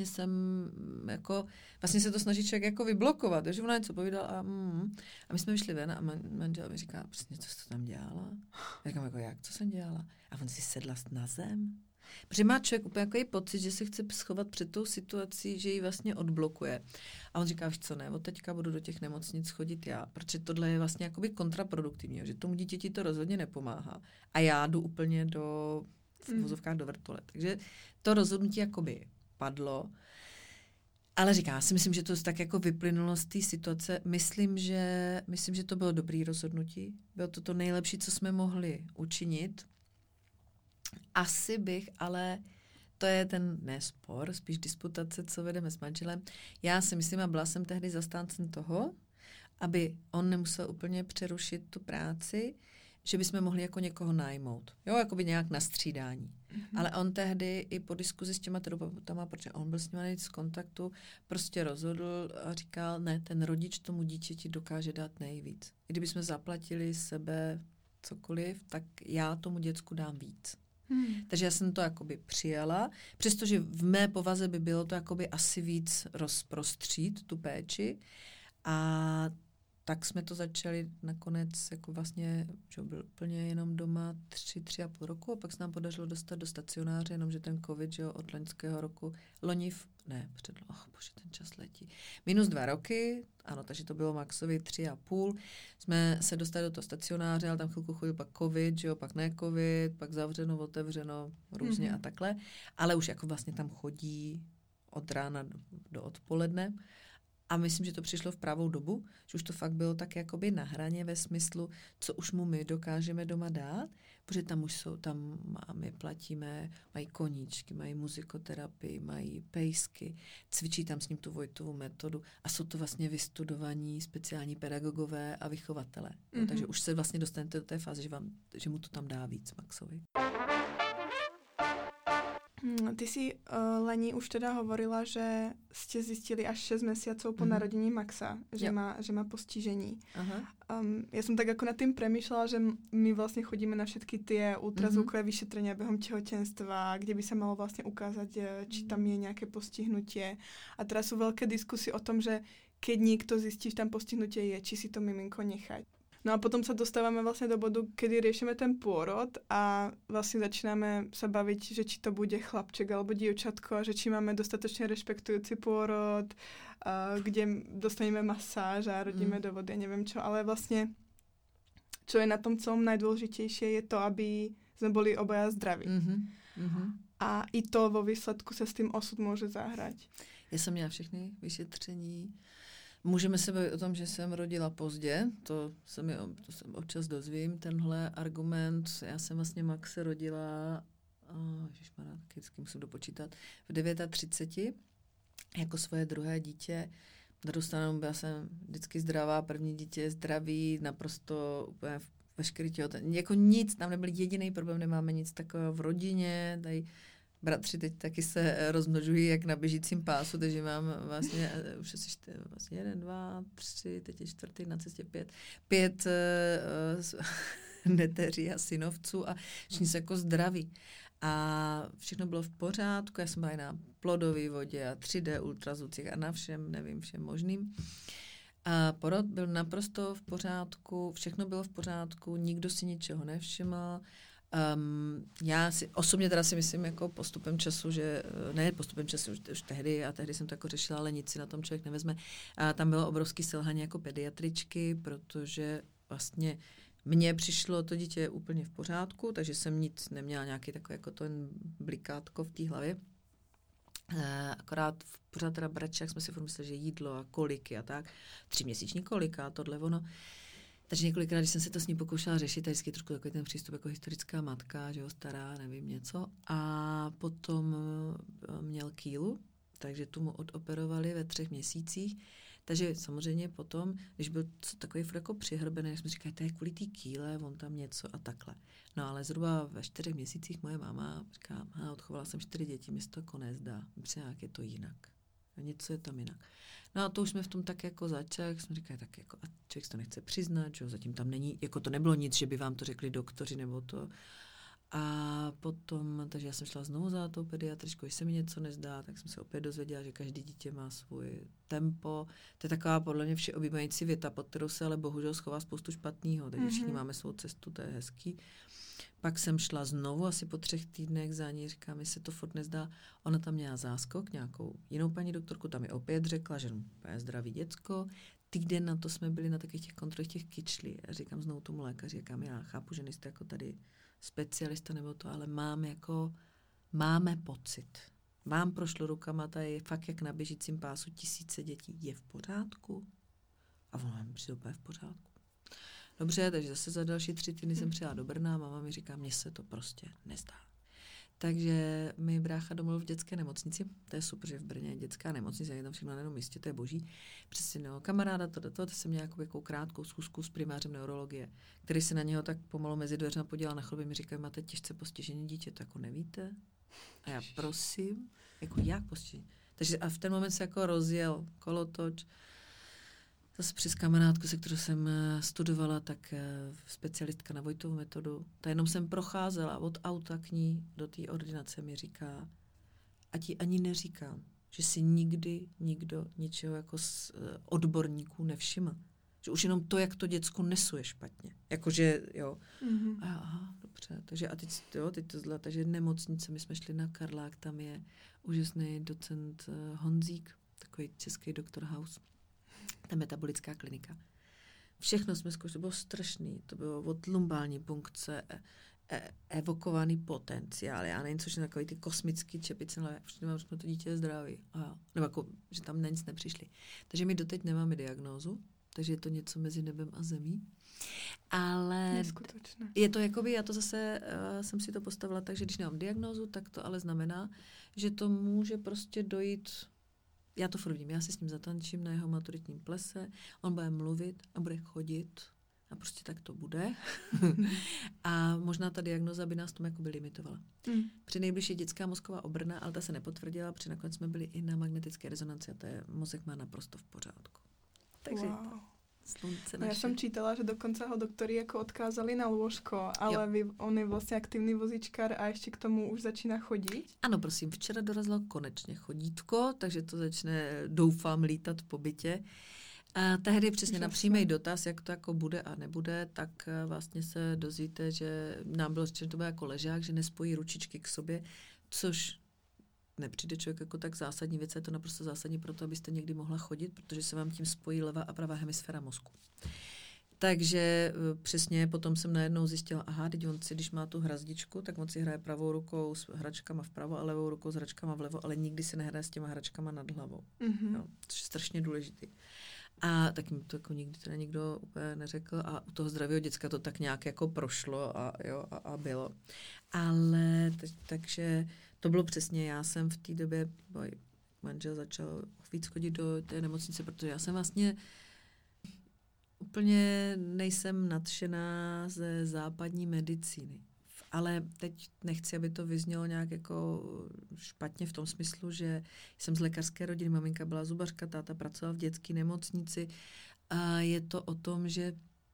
se to snaží člověk jako vyblokovat, takže ona něco povídala a my jsme vyšli ven a manžel mi říká, prostě co jsi tam dělala? Já říkám, jako jak, co jsem dělala? A on si sedla na zem. Protože má člověk úplně takový pocit, že se chce schovat před tou situací, že ji vlastně odblokuje. A on říká, víš co, ne, od teďka budu do těch nemocnic chodit já, protože tohle je vlastně jakoby kontraproduktivní, že tomu dítěti to rozhodně nepomáhá. A já jdu úplně do vozovkách do vrtule. Takže to rozhodnutí jakoby padlo. Ale říkám, já si myslím, že to tak jako vyplynulo z té situace. Myslím, že to bylo dobrý rozhodnutí. Bylo to nejlepší, co jsme mohli učinit. Asi bych, ale to je ten spor, spíš disputace, co vedeme s manželem. Já si myslím, a byla jsem tehdy zastáncem toho, aby on nemusel úplně přerušit tu práci, že bychom mohli jako někoho najmout. Jo, jakoby nějak na střídání. Ale on tehdy i po diskuzi s těma terapeutama, protože on byl s nimi nejvíc v kontaktu, prostě rozhodl a říkal, ne, ten rodič tomu dítěti dokáže dát nejvíc. I kdybychom zaplatili sebe cokoliv, tak já tomu děcku dám víc. Takže já jsem to jakoby přijala, přestože v mé povaze by bylo to jakoby asi víc rozprostřít tu péči a tak jsme to začali nakonec, jako vlastně, že byl úplně jenom doma 3,5 roku a pak se nám podařilo dostat do stacionáře, jenomže ten covid, že jo, od loňského roku, bože, ten čas letí, -2 roky, ano, takže to bylo Maxovi 3,5, jsme se dostali do toho stacionáře, ale tam chvilku chodil pak covid, že jo, pak ne covid, pak zavřeno, otevřeno, různě a takhle, ale už jako vlastně tam chodí od rána do odpoledne. A myslím, že to přišlo v pravou dobu, že už to fakt bylo tak jakoby na hraně ve smyslu, co už mu my dokážeme doma dát, protože tam už jsou, tam my platíme, mají koníčky, mají muzikoterapii, mají pejsky, cvičí tam s ním tu Vojtovu metodu a jsou to vlastně vystudovaní speciální pedagogové a vychovatelé. Mm-hmm. Takže už se vlastně dostanete do té fáze, že mu to tam dá víc Maxovi. Ty si, Leni, už teda hovorila, že ste zistili až 6 mesiacov po narodení Maxa, že má postižení. Ja som tak ako nad tým premýšľala, že my vlastne chodíme na všetky tie ultrazvukové vyšetrenia behom tehotenstva, kde by sa malo vlastne ukázať, či tam je nejaké postihnutie. A teraz sú veľké diskusie o tom, že keď niekto zistí, že tam postihnutie je, či si to miminko nechať. No a potom sa dostávame vlastne do bodu, kedy riešime ten pôrod a vlastne začíname sa baviť, že či to bude chlapček alebo dievčatko a že či máme dostatočne rešpektujúci pôrod, kde dostaneme masáž a rodíme do vody, neviem čo, ale vlastne čo je na tom celom najdôležitejšie je to, aby sme boli obaja zdraví. A i to vo výsledku sa s tým osud môže zahrať. Ja som měla všechny vyšetření. Můžeme se bavit o tom, že jsem rodila pozdě, to se občas dozvím, tenhle argument. Já jsem vlastně Maxe rodila, ježišmarja, vždycky musím dopočítat, v 39 jako svoje druhé dítě. Na druhou stranu byla jsem vždycky zdravá, první dítě je zdravý, naprosto úplně veškerý těhotenství. Jako nic, tam nebyl jediný problém, nemáme nic takového v rodině, tady bratři teď taky se rozmnožují jak na běžícím pásu, takže mám vlastně už asi vlastně 1, 2, 3, teď je 4, na cestě 5 neteří a synovců a všichni se jako zdraví. A všechno bylo v pořádku, já jsem byla i na plodové vodě a 3D ultrazvucích a na všem, nevím, všem možným. A porod byl naprosto v pořádku, všechno bylo v pořádku, nikdo si ničeho nevšiml. Já si osobně teda si myslím jako postupem času, že ne postupem času, už tehdy, a tehdy jsem to jako řešila, ale nic si na tom člověk nevezme. A tam bylo obrovský selhání jako pediatričky, protože vlastně mně přišlo to dítě úplně v pořádku, takže jsem nic neměla nějaký takový jako ten blikátko v té hlavě. Akorát pořád teda bračák jsme si furt mysleli, že jídlo a koliky a tak. 3měsíční kolika a tohle ono. Takže několikrát, když jsem se to s ní pokoušela řešit, tak vždycky trošku takový ten přístup jako historická matka, že jo, stará, nevím něco. A potom měl kýlu, takže tu mu odoperovali ve 3 měsících. Takže samozřejmě potom, když byl takový furt jako přihrbený, tak jsme říkali, to je kvůli té kýle, on tam něco a takhle. No ale zhruba ve 4 měsících moje máma říká, odchovala jsem 4 děti, mi se to jako nezdá, jak je to jinak. Něco je tam jinak. No a to už jsme v tom tak jako začali, jsme říkali, tak jako, a člověk to nechce přiznat, že jo, zatím tam není, jako to nebylo nic, že by vám to řekli doktoři nebo to. A potom, takže já jsem šla znovu za tou pediatričkou, když se mi něco nezdá, tak jsem se opět dozvěděla, že každý dítě má svůj tempo. To je taková podle mě všeobjímající věta, pod kterou se ale bohužel schová spoustu špatného, takže všichni máme svou cestu, to je hezký. Pak jsem šla znovu, asi po 3 týdnech za ní, říkám, mi se to furt nezdá. Ona tam měla záskok, nějakou jinou paní doktorku, tam mi opět řekla, že je zdravý děcko. Týden na to jsme byli na takových těch kontrolách těch kyčlí. A říkám znovu tomu lékaři, říkám, já chápu, že nejste jako tady specialista nebo to, ale máme pocit. Vám prošlo rukama, ta je fakt jak na běžícím pásu, 1000 dětí. Je v pořádku? A ona mi přijde úplně v pořádku. Dobře, takže zase za další 3 týdny jsem přijela do Brna a máma mi říká, mně se to prostě nezdá. Takže mi brácha domluvil v dětské nemocnici, to je super, že v Brně je dětská nemocnice, je tam všechno na jednom místě, to je boží. Přesně kamaráda, to jsem měla jako krátkou schůzku s primářem neurologie, který se na něho tak pomalu mezi dveřma podíval na chlubě, mi říká, máte těžce postižené dítě, to jako nevíte? A já prosím, jako jak postižené? Takže a v ten moment se jako rozjel kolotoč. Zase přes kamarádku, se kterou jsem studovala, tak specialistka na Vojtovu metodu. Ta jenom jsem procházela od auta k ní do té ordinace, mi říká, a ti ani neříkám, že si nikdy nikdo ničeho jako z odborníků nevšiml. Že už jenom to, jak to děcko nesu, je špatně. Jakože, jo. Mm-hmm. A aha, dobře. Takže a teď to zle, takže nemocnice, my jsme šli na Karlák, tam je úžasný docent Honzík, takový český doktor House. Ta metabolická klinika. Všechno jsme zkoušeli, to bylo strašný. To bylo od lumbální punkce, evokovaný potenciál, já nevím, což je takový ty kosmický čepice, ale už nemám, že to dítě je zdravý. Nebo jako, že tam na nic nepřišli. Takže my doteď nemáme diagnózu, takže je to něco mezi nebem a zemí. Ale neskutečné. Je to jakoby, já to zase jsem si to postavila tak, že když nemám diagnózu, tak to ale znamená, že to může prostě dojít. Já to furt vidím, já si s ním zatančím na jeho maturitním plese, on bude mluvit a bude chodit a prostě tak to bude. A možná ta diagnoza by nás tomu jakoby limitovala. Při nejbližší dětská mozková obrna, ale ta se nepotvrdila, protože nakonec jsme byli i na magnetické rezonanci a to je, mozek má naprosto v pořádku. Takže slunce naše. Já jsem čítala, že dokonce ho doktori jako odkázali na lôžko, ale on je vlastně aktivní vozičkár a ještě k tomu už začíná chodit? Ano, prosím, včera dorazilo konečně chodítko, takže to začne, doufám, lítat po bytě. A tehdy přesně na přímý dotaz, jak to jako bude a nebude, tak vlastně se dozvíte, že nám bylo řečeno, že to bude jako ležák, že nespojí ručičky k sobě, což nepřijde člověk jako tak zásadní věc, je to naprosto zásadní pro to, abyste někdy mohla chodit, protože se vám tím spojí levá a pravá hemisféra mozku. Takže přesně potom jsem najednou zjistila, aha, teď on si, když má tu hrazdičku, tak on si hraje pravou rukou s hračkama vpravo a levou rukou s hračkama vlevo, ale nikdy si nehraje s těma hračkama nad hlavou. Mm-hmm. No, což je strašně důležitý. A tak mi to jako nikdy teda nikdo úplně neřekl a u toho zdravého děcka to tak nějak jako prošlo a bylo. Ale takže to bylo přesně, já jsem v té době, manžel začal víc chodit do té nemocnice, protože já jsem vlastně úplně nejsem nadšená ze západní medicíny. Ale teď nechci, aby to vyznělo nějak jako špatně v tom smyslu, že jsem z lékařské rodiny, maminka byla zubařka, táta pracoval v dětské nemocnici a je to o tom, že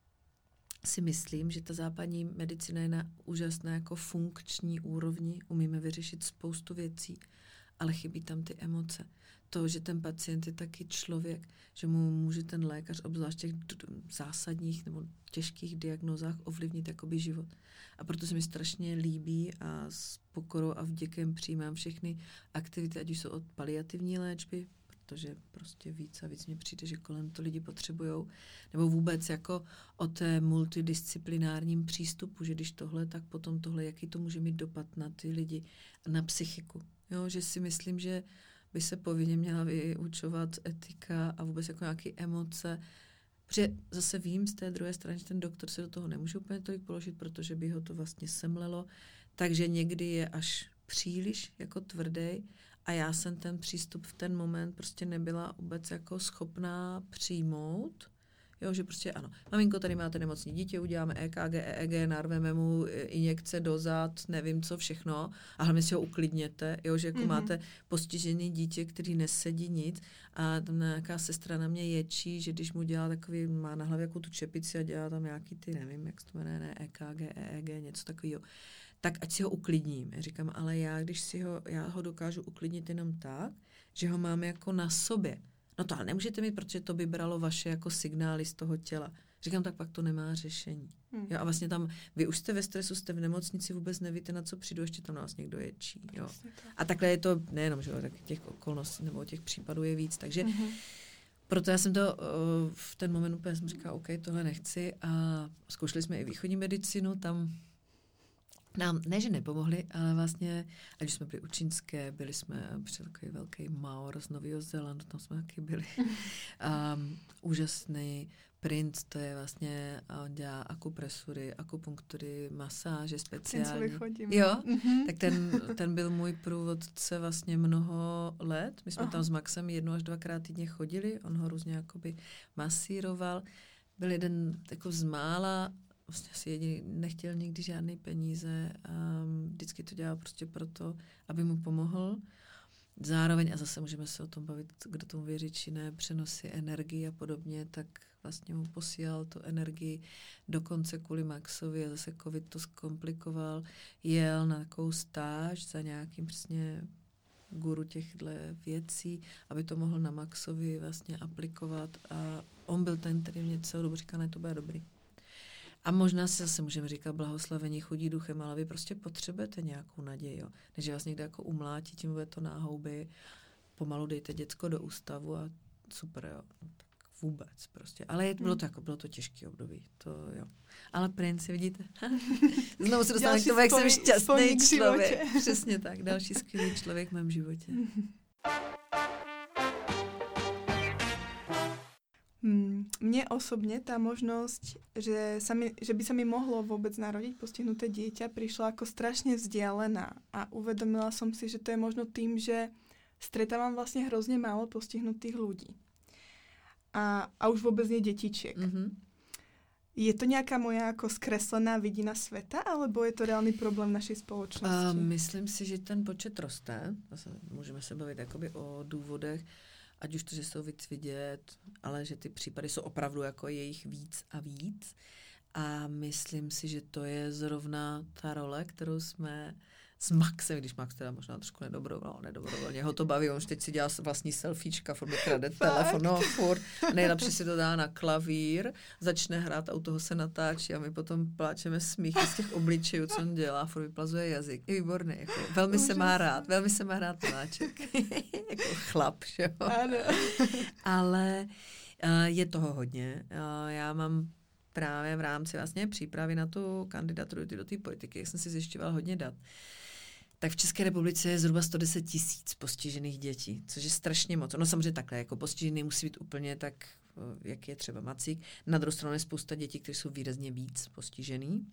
si myslím, že ta západní medicína je na úžasné jako funkční úrovni, umíme vyřešit spoustu věcí, ale chybí tam ty emoce. To, že ten pacient je taky člověk, že mu může ten lékař, obzvlášť těch zásadních nebo těžkých diagnózách, ovlivnit jakoby život. A proto se mi strašně líbí a s pokorou a vděkem přijímám všechny aktivity, ať už jsou od paliativní léčby, protože prostě víc a víc mně přijde, že kolem to lidi potřebujou, nebo vůbec jako o té multidisciplinárním přístupu, že když tohle, tak potom tohle, jaký to může mít dopad na ty lidi, na psychiku. Jo, že si myslím, že by se povinně měla vyučovat etika a vůbec jako nějaké emoce. Protože zase vím z té druhé strany, že ten doktor se do toho nemůže úplně tolik položit, protože by ho to vlastně semlelo. Takže někdy je až příliš jako tvrdý a já jsem ten přístup v ten moment prostě nebyla vůbec jako schopná přijmout. Jo, že prostě ano, maminko, tady máte nemocné dítě, uděláme EKG, EEG, narveme mu injekce do zad, nevím co všechno a hlavně si ho uklidněte, jo, že jako máte postižený dítě, který nesedí nic a tam nějaká sestra na mě ječí, že když mu dělá takový, má na hlavě jako tu čepici a dělá tam nějaký ty, nevím, jak se to jmenuje, ne, EKG, EEG, něco takového, tak ať si ho uklidním. Já říkám, ale já ho dokážu uklidnit jenom tak, že ho mám jako na sobě. No to ale nemůžete mít, protože to by bralo vaše jako signály z toho těla. Říkám, tak pak to nemá řešení. Jo, a vlastně tam, vy už jste ve stresu, jste v nemocnici, vůbec nevíte, na co přijdu, ještě tam na vás někdo ječí. Jo. A takhle je to, nejenom, že jo, tak těch okolností nebo těch případů je víc. Takže proto já jsem to v ten moment úplně jsem říkala, OK, tohle nechci a zkoušeli jsme i východní medicínu, tam nám, ne, že nepomohli, ale vlastně, ať už jsme byli u čínské, byli jsme při takový velký Maor z Nového Zélandu, tam jsme taky byli. Úžasný Prince, to je vlastně, on dělá akupresury, akupunktury, masáže speciální. Jo, tak ten byl můj průvodce vlastně mnoho let. My jsme tam s Maxem 1 až 2krát týdně chodili, on ho různě jakoby masíroval. Byl jeden jako z mála, vlastně asi jediný, nechtěl nikdy žádný peníze a vždycky to dělal prostě proto, aby mu pomohl. Zároveň, a zase můžeme se o tom bavit, kdo tomu věří, či ne, přenosy energii a podobně, tak vlastně mu posílal tu energii dokonce kvůli Maxovi a zase covid to zkomplikoval. Jel na takovou stáž za nějakým přesně guru těchto věcí, aby to mohl na Maxovi vlastně aplikovat a on byl ten, který mě celou dobu říkal, ne, to bude dobrý. A možná si zase můžeme říkat blahoslavení chudí duchem, ale vy prostě potřebujete nějakou naději, jo. Než vás někde jako umlátí, tím bude to náhouby, pomalu dejte děcko do ústavu a super, jo. Tak vůbec prostě. Ale bylo to těžký období, to jo. Ale princi, vidíte? Znovu se dostanu k tomu, jak jsem šťastný člověk. Přesně tak, další skvělý člověk v mém životě. Mne osobne tá možnosť, že by sa mi mohlo vôbec narodiť postihnuté dieťa, prišla ako strašne vzdialená a uvedomila som si, že to je možno tým, že stretávam vlastne hrozne málo postihnutých ľudí. A už vôbec nie detičiek. Mm-hmm. Je to nejaká moja ako skreslená vidina sveta, alebo je to reálny problém v našej spoločnosti? Myslím si, že ten počet roste. Můžeme se bavit jakoby o důvodech, ať už to, že jsou víc vidět, ale že ty případy jsou opravdu jako jejich víc a víc. A myslím si, že to je zrovna ta role, kterou jsme s Maxem, když Max teda možná trošku nedobrovolně ho to baví, on už teď si dělá vlastní selfiečka, furt mi krade telefon, no furt. Nejlepší si to dá na klavír, začne hrát a u toho se natáčí a my potom pláčeme smíchy z těch obličejů, co on dělá, furt vyplazuje jazyk. Je výborný, jako, velmi se má rád Tomáček. Jako chlap, že jo. Ano. Ale je toho hodně. Já mám právě v rámci vlastně přípravy na tu kandidaturu do té politiky, jak jsem si zjišťovala hodně dat, tak v České republice je zhruba 110 000 postižených dětí, což je strašně moc. No samozřejmě takhle, jako postižený musí být úplně tak, jak je třeba Macík. Na druhou stranu je spousta dětí, které jsou výrazně víc postižený.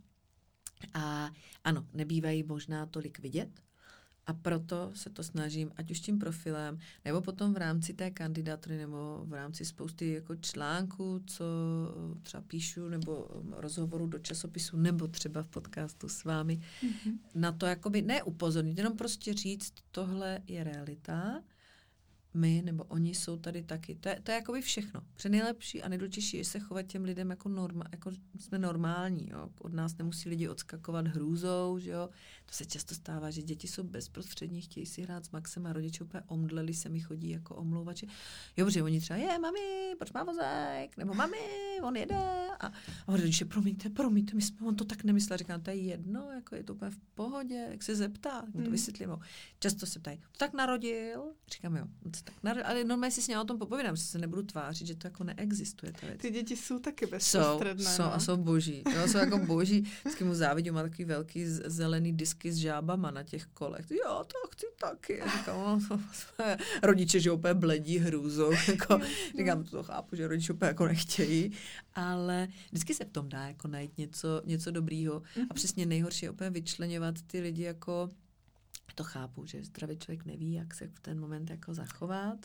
A ano, nebývají možná tolik vidět, a proto se to snažím, ať už tím profilem, nebo potom v rámci té kandidatury, nebo v rámci spousty jako článků, co třeba píšu, nebo rozhovorů do časopisu, nebo třeba v podcastu s vámi, na to jakoby ne upozornit, jenom prostě říct, tohle je realita, my nebo oni jsou tady taky. To je jakoby všechno. Protože nejlepší a nejdůležitější je se chovat těm lidem jako jsme normální. Jo? Od nás nemusí lidi odskakovat hrůzou. Že jo? To se často stává, že děti jsou bezprostřední, chtějí si hrát s Maxem a rodiče úplně omdleli se mi chodí jako omlouvači. Jo, protože oni třeba, mami, proč má vozek? Nebo mami, on jede. A rodiče, promiňte, on to tak nemyslel. Říkám, to je jedno, jako je to úplně v pohodě, jak se zeptá, tak mu to vysvětlím. Často se ptají, to tak narodil? Říkám, jo. Ale normálně si s ním o tom popovídám, že se nebudu tvářit, že to jako neexistuje. Ta věc. Ty děti jsou taky bezprostředné. Jsou boží. Jo, jsou jako boží. Vždycky mu závidím, má takový velký zelený disky s žábama na těch kolech. Jo, to chci taky. A říkám, rodiče, že úplně bledí hrůzou. Jako, říkám, to chápu, že rodiče úplně jako nechtějí, ale vždycky se v tom dá jako najít něco dobrýho. A přesně nejhorší je úplně vyčleňovat ty lidi jako. To chápu, že zdravý člověk neví, jak se v ten moment jako zachovat,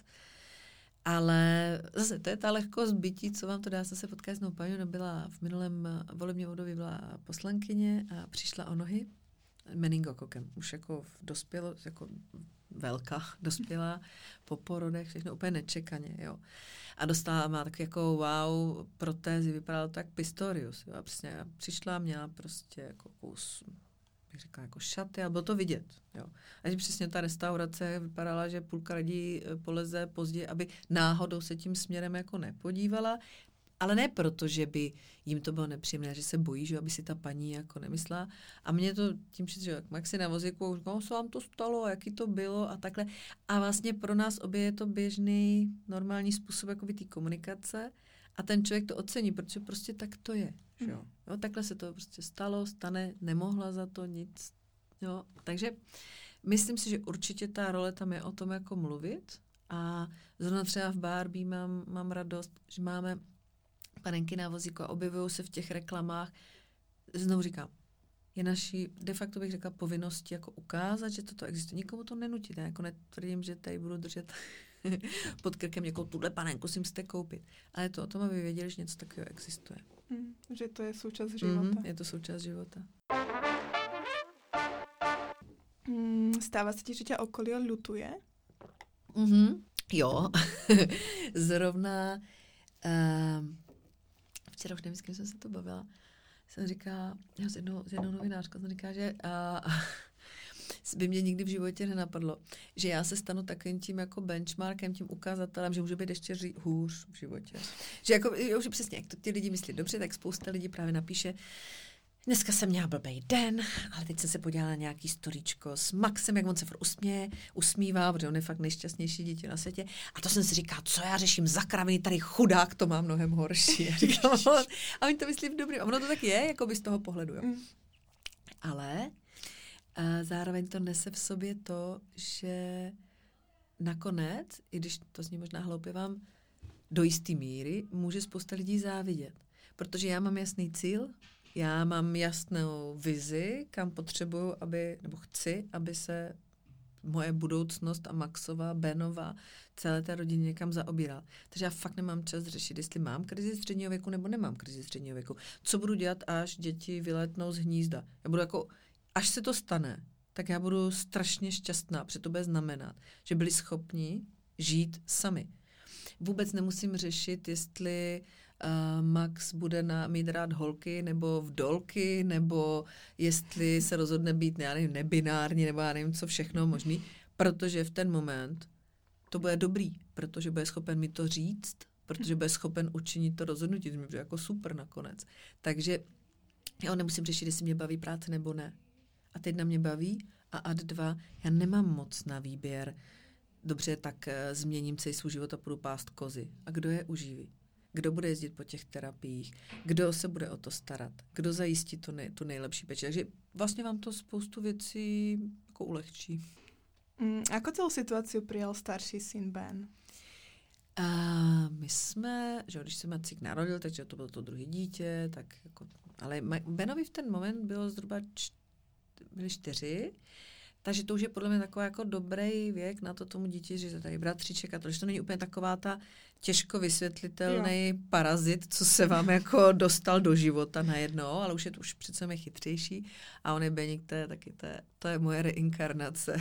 ale zase to je ta lehkost bytí, co vám to dá. Zase potkat s jednou paní, ona byla v minulém volebním období byla poslankyně a přišla o nohy meningokokem. Už jako dospělo, jako velká dospělá po porodech, všechno úplně nečekaně, jo. A má takový jako wow protézy, vypadalo tak Pistorius, jo. A přesně přišla, měla prostě jako kus, řekla jako šaty a bylo to vidět. Jo. A přesně ta restaurace vypadala, že půlka lidí poleze později, aby náhodou se tím směrem jako nepodívala, ale ne proto, že by jim to bylo nepříjemné, že se bojí, že aby si ta paní jako nemyslela. A mě to tím přijde, že jak si na vozíku, se vám to stalo, jaký to bylo a takhle. A vlastně pro nás obě je to běžný, normální způsob jakoby té komunikace a ten člověk to ocení, protože prostě tak to je. Jo, takhle se to prostě stane, nemohla za to nic. Jo. Takže myslím si, že určitě ta role tam je o tom jako mluvit a zrovna třeba v Barbie mám radost, že máme panenky na vozíku a objevují se v těch reklamách. Znovu říkám, je naší, de facto bych řekla, povinnosti jako ukázat, že toto existuje. Nikomu to nenutí, ne? Jako netvrdím, že tady budu držet pod krkem někoho, tuhle panenku si musíte koupit. Ale je to o tom, aby věděli, že něco takového existuje. Že to je součást života. Je to součást života. Stává se ti, že tě okolí ľutuje? Jo. Zrovna včera už nevím, s kým jsem se to bavila. Jsem říkala, s jednou novinářkou jsem říkala, že by mě nikdy v životě nenapadlo, že já se stanu takovým tím jako benchmarkem, tím ukazatelem, že může být ještě hůř v životě. Že jako, už přesně, jak to ti lidi myslí dobře, tak spousta lidí právě napíše, dneska jsem měla blbej den, ale teď jsem se podívala na nějaký storíčko s Maxem, jak on se usmívá, protože on je fakt nejšťastnější dítě na světě. A to jsem si říkala, co já řeším za kraviny, tady chudák to má mnohem horší. A oni to myslí v dobrým. A ono to tak je, jako by z toho pohledu. Jo. Ale zároveň to nese v sobě to, že nakonec, i když to zní možná hloupě, vám do jistý míry může spousta lidí závidět. Protože já mám jasný cíl, já mám jasnou vizi, kam potřebuju, nebo chci, aby se moje budoucnost a Maxova, Benova, celé té rodině někam zaobírala. Takže já fakt nemám čas řešit, jestli mám krizi středního věku nebo nemám krizi středního věku. Co budu dělat, až děti vyletnou z hnízda? Já budu jako, až se to stane, tak já budu strašně šťastná, protože to bude znamenat, že byli schopni žít sami. Vůbec nemusím řešit, jestli Max bude mít rád holky nebo vdolky, nebo jestli se rozhodne být, já nevím, nebinární, nebo já nevím, co všechno možný, protože v ten moment to bude dobrý, protože bude schopen mi to říct, protože bude schopen učinit to rozhodnutí, to mi bude jako super nakonec. Takže já nemusím řešit, jestli mě baví práce nebo ne. A teď na mě baví a ad 2, já nemám moc na výběr. Dobře, tak změním celý svůj život a půjdu pást kozy. A kdo je uživí? Kdo bude jezdit po těch terapiích? Kdo se bude o to starat? Kdo zajistí tu nejlepší péči? Takže vlastně vám to spoustu věcí jako ulehčí. Ako celou situaci přijal starší syn Ben? My jsme, že když se Macík narodil, takže to bylo to druhé dítě, tak jako, ale Benovi v ten moment bylo zhruba 4, takže to už je podle mě takový jako dobrý věk na to tomu dítě, že tady bratříček a to, že to není úplně taková ta těžko vysvětlitelný parazit, co se vám jako dostal do života najednou, ale už je to už přece mě chytřejší a on je Beník, to je moje reinkarnace.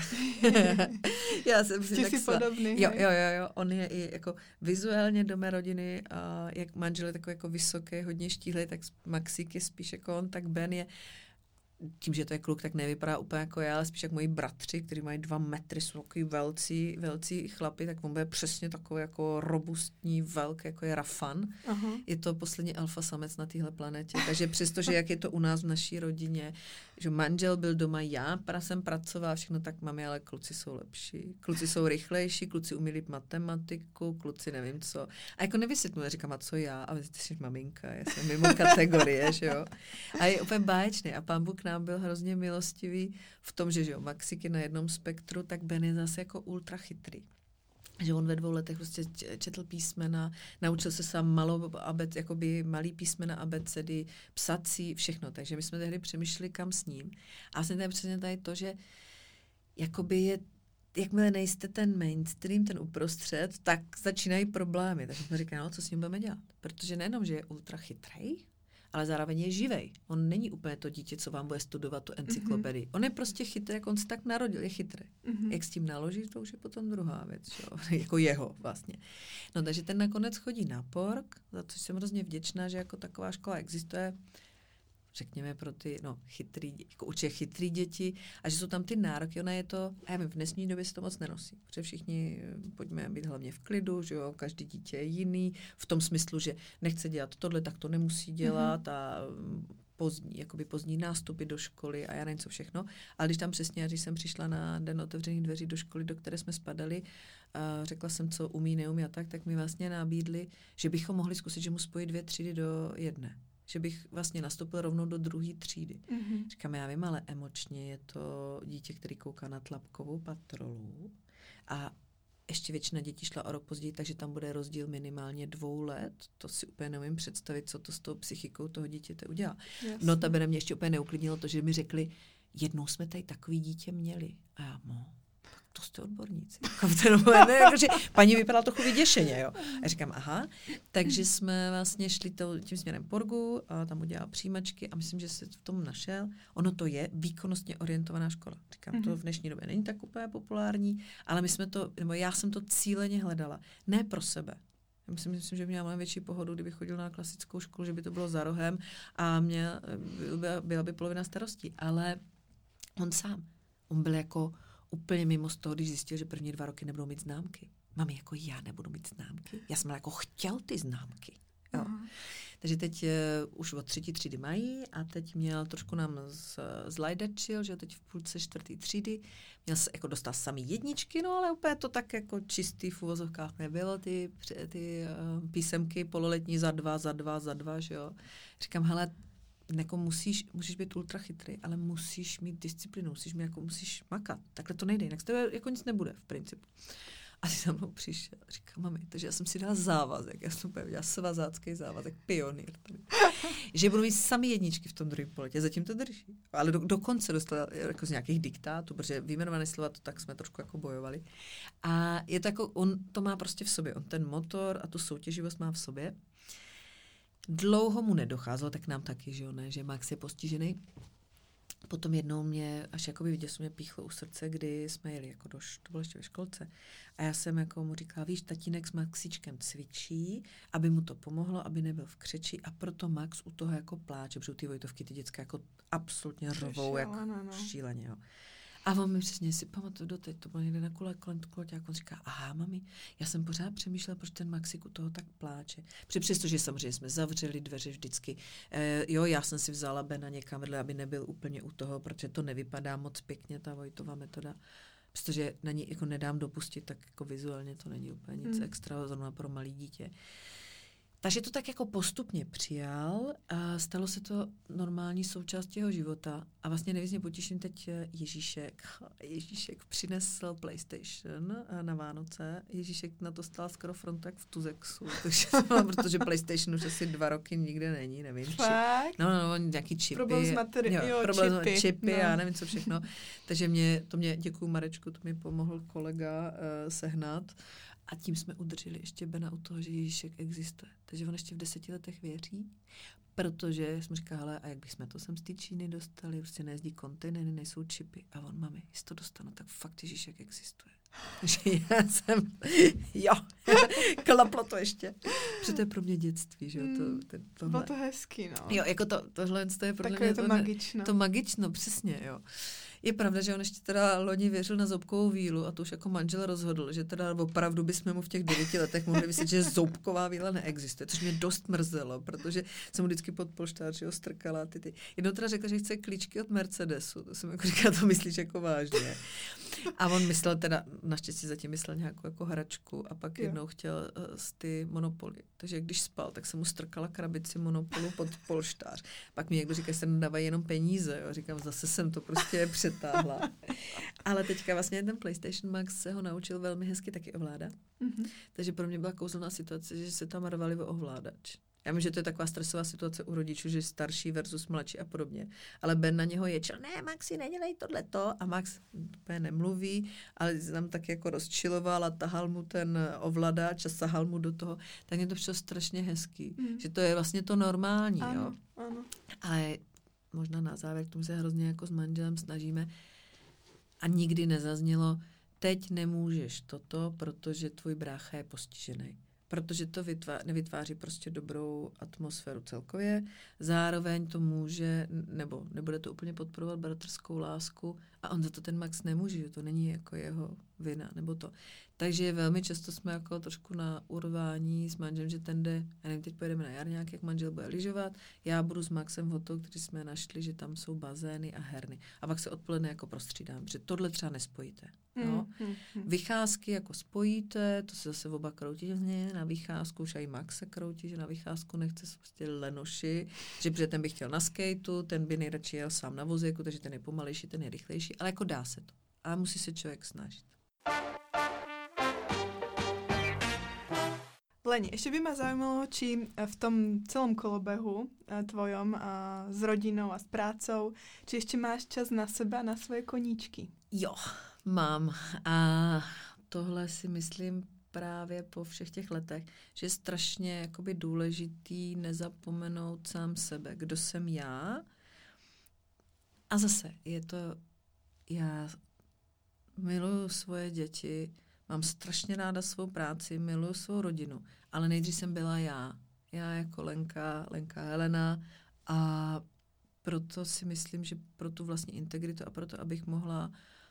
Já jsem si tak podobný. Jo, on je i jako vizuálně do mé rodiny, a jak manžel je takový jako vysoký, hodně štíhlej, tak Maxík je spíš jako on, tak Ben je tím, že to je kluk, tak nevypadá úplně jako já, ale spíš jak moji bratři, kteří mají 2 metry, jsou takový velcí chlapi, tak on bude přesně takový jako robustní, velký, jako je Rafan. Uh-huh. Je to poslední alfa samec na téhle planetě. Takže přestože, jak je to u nás v naší rodině, že manžel byl doma, já jsem pracovala, všechno, tak mami, ale kluci jsou lepší. Kluci jsou rychlejší, kluci umí líp matematiku, kluci nevím co. A jako nevysvětluji, říkám, a co já? A vy jste maminka, já jsem mimo kategorie, že jo. A je úplně báječný. A pán Bůh nám byl hrozně milostivý v tom, že jo, Maxík je na jednom spektru, tak Ben je zase jako ultra chytrý. Že on ve 2 letech prostě četl písmena, naučil se sám malý písmena abecedy, psací, všechno. Takže my jsme tehdy přemýšleli, kam s ním. A vlastně tady přesně tady to, že jakoby je, jakmile nejste ten mainstream, ten uprostřed, tak začínají problémy. Takže jsme říkali, no, co s ním budeme dělat? Protože nejenom, že je ultra chytrej, ale zároveň je živej. On není úplně to dítě, co vám bude studovat tu encyklopedii. On je prostě chytrý, jak on se tak narodil, je chytrý. Jak s tím naloží, to už je potom druhá věc, jo? Jako jeho vlastně. No takže ten nakonec chodí na PORG, za což jsem hrozně vděčná, že jako taková škola existuje, řekněme pro ty, jako určitě chytrý děti, a že jsou tam ty nároky, ona je to, a já vím, v dnešní době se to moc nenosí, protože všichni pojďme být hlavně v klidu, že jo, každý dítě je jiný, v tom smyslu, že nechce dělat tohle, tak to nemusí dělat a pozdní nástupy do školy a já nevím co všechno, ale když tam přesně, když jsem přišla na den otevřených dveří do školy, do které jsme spadali, a řekla jsem, co umí, neumí a tak mi vlastně nabídli, že bychom mohli zkusit, že mu spojit 2 třídy do jedné. Že bych vlastně nastoupil rovnou do 2. třídy. Říkám, já vím, ale emočně je to dítě, který kouká na Tlapkovou patrolu a ještě většina dětí šla o rok později, takže tam bude rozdíl minimálně 2 let. To si úplně neumím představit, co to s tou psychikou toho dítěte udělá. Jasně. No, ta mě ještě úplně neuklidnilo to, že mi řekli, jednou jsme tady takový dítě měli. A já, to jste odborníci. Jakože paní vypadala trochu vyděšeně, jo. A říkám, aha, takže jsme vlastně šli tím směrem PORGu a tam udělal přijímačky a myslím, že se v tom našel. Ono to je výkonnostně orientovaná škola. Říkám, to v dnešní době není tak úplně populární, ale já jsem to cíleně hledala. Ne pro sebe. Já myslím, že měla mnohem větší pohodu, kdyby chodil na klasickou školu, že by to bylo za rohem a byla by polovina starostí, ale on sám. On byl jako úplně mimo z toho, když zjistil, že první 2 roky nebudou mít známky. Mami, jako já nebudu mít známky. Já jsem jako chtěl ty známky. Jo. Takže teď už od 3. třídy mají a teď měl trošku nám zlajdačil, že teď v půlce 4. třídy měl se jako dostat samý 1, no ale úplně to tak jako čistý v uvozovkách nebylo, ty písemky pololetní za 2, že jo. Říkám, hele, jako můžeš být ultra chytrý, ale musíš mít disciplinu, musíš makat. Takhle to nejde, jinak z tebe jako nic nebude v principu. A ty za mnou přišel a říká, mami, takže já jsem si dala závazek, já jsem úplně udělala svazácký závazek, pionýr tady. Že budu mít sami 1 v tom druhém poletí, zatím to drží. Ale dokonce dostala jako z nějakých diktátů, protože vyjmenované slova, to tak jsme trošku jako bojovali. A je to jako, on to má prostě v sobě, on ten motor a tu soutěživost má v sobě. Dlouho mu nedocházelo, tak nám taky, že jo, ne, že Max je postižený. Potom jednou mě, až jakoby viděl, mě píchlo u srdce, kdy jsme jeli jako to bylo ještě ve školce. A já jsem jako mu říkala, víš, tatínek s Maxíčkem cvičí, aby mu to pomohlo, aby nebyl v křeči a proto Max u toho jako pláče, protože ty Vojtovky ty děcka jako absolutně rovou, jako šíleně, jo. A on mi přesně si pamatuju doteď, to bylo někde na kolem kuloťáku, on říká, aha, mami, já jsem pořád přemýšlela, proč ten Maxík u toho tak pláče. Přestože samozřejmě jsme zavřeli dveře vždycky. Jo, já jsem si vzala Bena někam vedle, aby nebyl úplně u toho, protože to nevypadá moc pěkně, ta Vojtová metoda. Protože na ní jako nedám dopustit, tak jako vizuálně to není úplně nic extra, zrovna pro malé dítě. Takže to tak jako postupně přijal a stalo se to normální součástí jeho života. A vlastně nejvíc mě potěším teď Ježíšek přinesl PlayStation na Vánoce. Ježíšek na to stál skoro frontu jak v Tuzexu, protože PlayStation už asi 2 roky nikde není, nevím. No, nějaký čipy. Problém s čipy no. A nevím co všechno. Takže děkuju Marečku, to mi pomohl kolega sehnat. A tím jsme udrželi ještě Bena u toho, že Ježíšek existuje. Takže on ještě v 10 letech věří, protože jsme říkali, hele, a jak bychom to sem z té Číny dostali, prostě nejezdí kontejnery, nejsou čipy. A on, mami, jestli to dostanu, tak fakt Ježíšek existuje. Takže já jsem, klaplo to ještě. Protože to je pro mě dětství, že jo. Bylo to hezký, no. Jo, jako tohle je podle mě je to magično. To magično, přesně, jo. Je pravda, že on ještě teda loni věřil na zoubkovou vílu a to už jako manžel rozhodl, že teda opravdu bychom mu v těch 9 letech mohli vysvětlit, že zoubková víla neexistuje, což mě dost mrzelo, protože jsem mu vždycky pod polštář strkala ty. Jednou teda řekl, že chce klíčky od Mercedesu, to jsem jako říkala, to myslíš jako vážně. A on myslel teda, naštěstí zatím myslel nějakou jako hračku a pak jednou chtěl z ty Monopoly. Takže když spal, tak jsem mu strkala krabici Monopolu pod polštář. Pak mi někdo říká, že se nedávají jenom peníze. Jo. Říkám, zase jsem to prostě přetáhla. Ale teďka vlastně ten PlayStation Max se ho naučil velmi hezky taky ovládat. Mm-hmm. Takže pro mě byla kouzelná situace, že se tam rvali o ovládač. Já vím, že to je taková stresová situace u rodičů, že starší versus mladší a podobně. Ale Ben na něho ječel, ne, Maxi, nedělej tohleto. A Max úplně nemluví, ale tam tak jako rozčiloval a tahal mu ten ovladač a sahal mu do toho. Tak mě to přišlo strašně hezký. Že to je vlastně to normální, ano, jo. Ano. Ale možná na závěr, k tomu se hrozně jako s manželem snažíme a nikdy nezaznělo, teď nemůžeš toto, protože tvůj brácha je postižený. Protože to nevytváří prostě dobrou atmosféru celkově. Zároveň to může, nebo nebude to úplně podporovat bratrskou lásku a on za to ten Max nemůže, že to není jako jeho vina, nebo to. Takže velmi často jsme jako trošku na urvání s manželem, že ten jde, já nevím, teď pojedeme na jarňák, jak manžel bude lyžovat, já budu s Maxem v hotelu, který jsme našli, že tam jsou bazény a herny. A pak se odpoledne jako prostřídám, že tohle třeba nespojíte. No. Vycházky jako spojíte, to se zase oba kroutí, že na vycházku, už i Max se kroutí, že na vycházku nechce prostě lenoši, že protože ten by chtěl na skateu, ten by nejradši jel sám na vozíku, takže ten je pomalejší, ten je rychlejší, ale jako dá se to. A musí se člověk snažit. Leni, ešte by ma zaujímalo, či v tom celom kolobehu tvojom s rodinou a s prácou, či ešte máš čas na seba, na svoje koníčky? Jo, mám. A tohle si myslím právě po všech těch letech, že je strašně jakoby důležitý nezapomenout sám sebe, kdo jsem já. A zase je to, já miluju svoje děti, mám strašně ráda svou práci, miluju svou rodinu, ale nejdřív jsem byla já. Já jako Lenka Helena a proto si myslím, že pro tu vlastní integritu a proto, abych mohla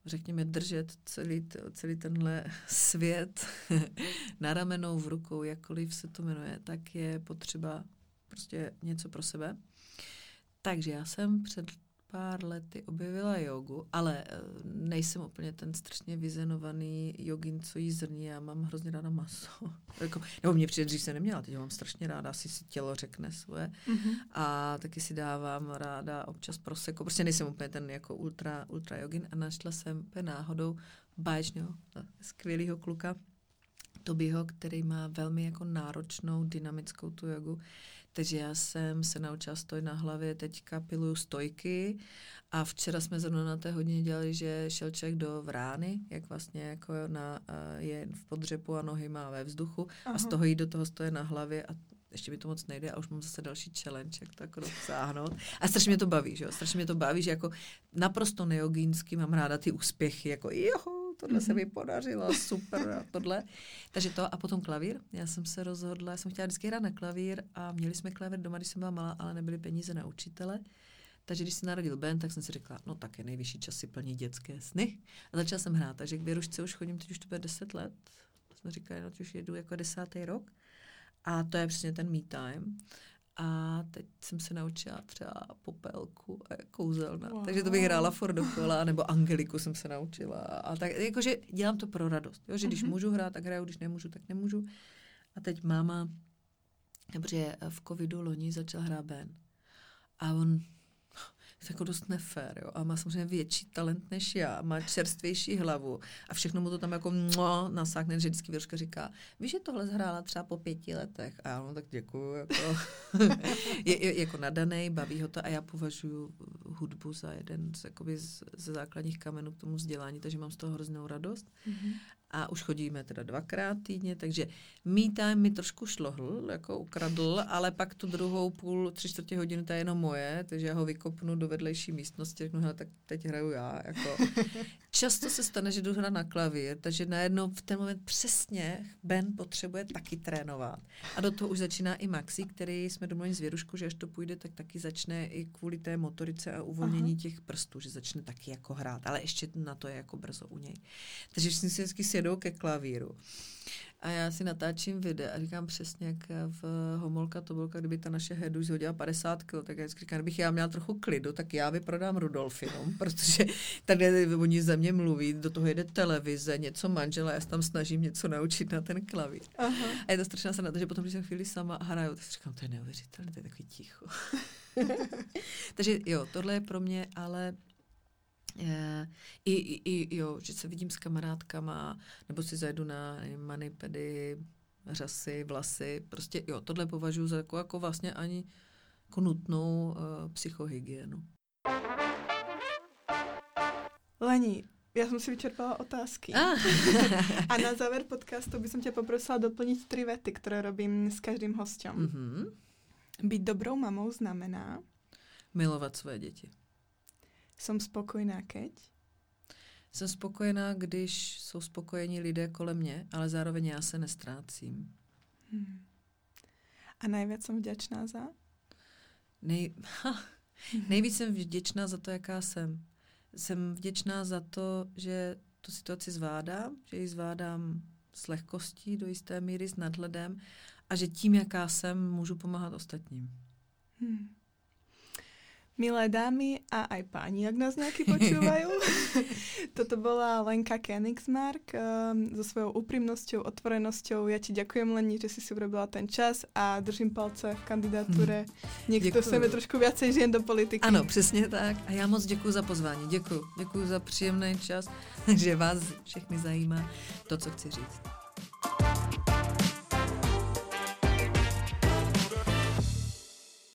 řekněme, držet celý tenhle svět na ramenou, v rukou, jakkoliv se to jmenuje, tak je potřeba prostě něco pro sebe. Takže já jsem před pár lety objevila jogu, ale nejsem úplně ten strašně vyzenovaný jogin, co jí zrní, já mám hrozně ráda maso. Nebo mě přijde, dřív se neměla, teď mám strašně ráda, asi si tělo řekne svoje. A taky si dávám ráda občas prosecco, prostě nejsem úplně ten jako ultra jogin a našla jsem úplně náhodou báječného, skvělýho kluka, Tobyho, který má velmi jako náročnou, dynamickou tu jogu. Takže já jsem se naučila stojit na hlavě, teďka piluju stojky a včera jsme zrovna na té hodině dělali, že šel člověk do vrány, jak vlastně jako je v podřepu a nohy má ve vzduchu. Aha. A z toho jít do toho stoje na hlavě a ještě mi to moc nejde a už mám zase další challenge, jak to jako dosáhnout. A strašně mě to baví, že jo? Strašně mě to baví, že jako naprosto nejogínsky mám ráda ty úspěchy, jako tohle se mi podařilo, super a tohle. Takže to a potom klavír. Já jsem se rozhodla, já jsem chtěla vždycky hrát na klavír a měli jsme klavír doma, když jsem byla malá, ale nebyly peníze na učitele. Takže když se narodil Ben, tak jsem si řekla, no tak je nejvyšší čas si plnit dětské sny. A začala jsem hrát, takže k věrušce už chodím, teď už to bude 10 let. To jsme říkali, no teď už jedu jako 10. rok. A to je přesně ten me time. A teď jsem se naučila třeba Popelku a kouzelna. Wow. Takže to bych hrála furt dokola, nebo Angeliku jsem se naučila. A tak, jakože dělám to pro radost. Jo? Že když můžu hrát, tak hraju, když nemůžu, tak nemůžu. A teď máma, protože v covidu loni začal hrát Ben. A on je jako dost nefér, jo? A má samozřejmě větší talent než já, má čerstvější hlavu a všechno mu to tam jako nasákne, že vždycky Věruška říká, víš, že tohle zhrála třeba po 5 letech. A já no tak děkuju, jako, je jako nadanej, baví ho to a já považuji hudbu za jeden ze základních kamenů k tomu vzdělání, takže mám z toho hroznou radost. A už chodíme teda 2krát týdně, takže me time mi trošku šlohl, jako ukradl, ale pak tu druhou půl, 3/4 hodiny, to je jenom moje, takže já ho vykopnu do vedlejší místnosti, řeknu, hele, tak teď hraju já. Jako. Často se stane, že jdu hrát na klavír, takže najednou v ten moment přesně Ben potřebuje taky trénovat. A do toho už začíná i Maxi, který jsme domluvili s Věruškou, že až to půjde, tak taky začne i kvůli té motorice a uvolnění těch prstů, že začne taky jako hrát, ale ještě na to je jako brzo u něj. Takže si vždycky sjedou ke klavíru. A já si natáčím videa a říkám přesně, jak v Homolka Tobolka, kdyby ta naše Hedu zhodila 50 kg, tak já říkám, kdybych já měla trochu klidu, tak já vyprodám Rudolfinům, protože tady oni ze mě mluví, do toho jede televize, něco manžela, já se tam snažím něco naučit na ten klavír. Aha. A je to strašná se na to, že potom, když jsem chvíli sama hraju, tak si říkám, to je neuvěřitelné, to je takový ticho. Takže jo, tohle je pro mě, ale jo, že se vidím s kamarádkama, nebo si zajdu na manipedy, řasy, vlasy, prostě jo, tohle považuji za jako vlastně ani jako nutnou psychohygienu. Leni, já jsem si vyčerpala otázky. A na závěr podcastu bych tě poprosila doplnit 3 vety, které robím s každým hostem. Být dobrou mamou znamená milovat své děti. Som spokojná, keď? Jsem spokojená, když jsou spokojení lidé kolem mě, ale zároveň já se nestrácím. A nejvíc jsem vděčná za? Nejvíc jsem vděčná za to, jaká jsem. Jsem vděčná za to, že tu situaci zvládám, že ji zvládám s lehkostí do jisté míry, s nadhledem a že tím, jaká jsem, můžu pomáhat ostatním. Milé dámy a aj páni, ak nás nejaký počúvajú. Toto bola Lenka Königsmark so svojou úprimnosťou, otvorenosťou. Ja ti ďakujem, Leni, že si urobila ten čas a držím palce v kandidatúre. Niekto chceme trošku viacej žien do politiky. Ano, přesně tak. A já moc děkuji za pozvání. Děkuji za příjemný čas, že vás všechny zajímá to, co chci říct.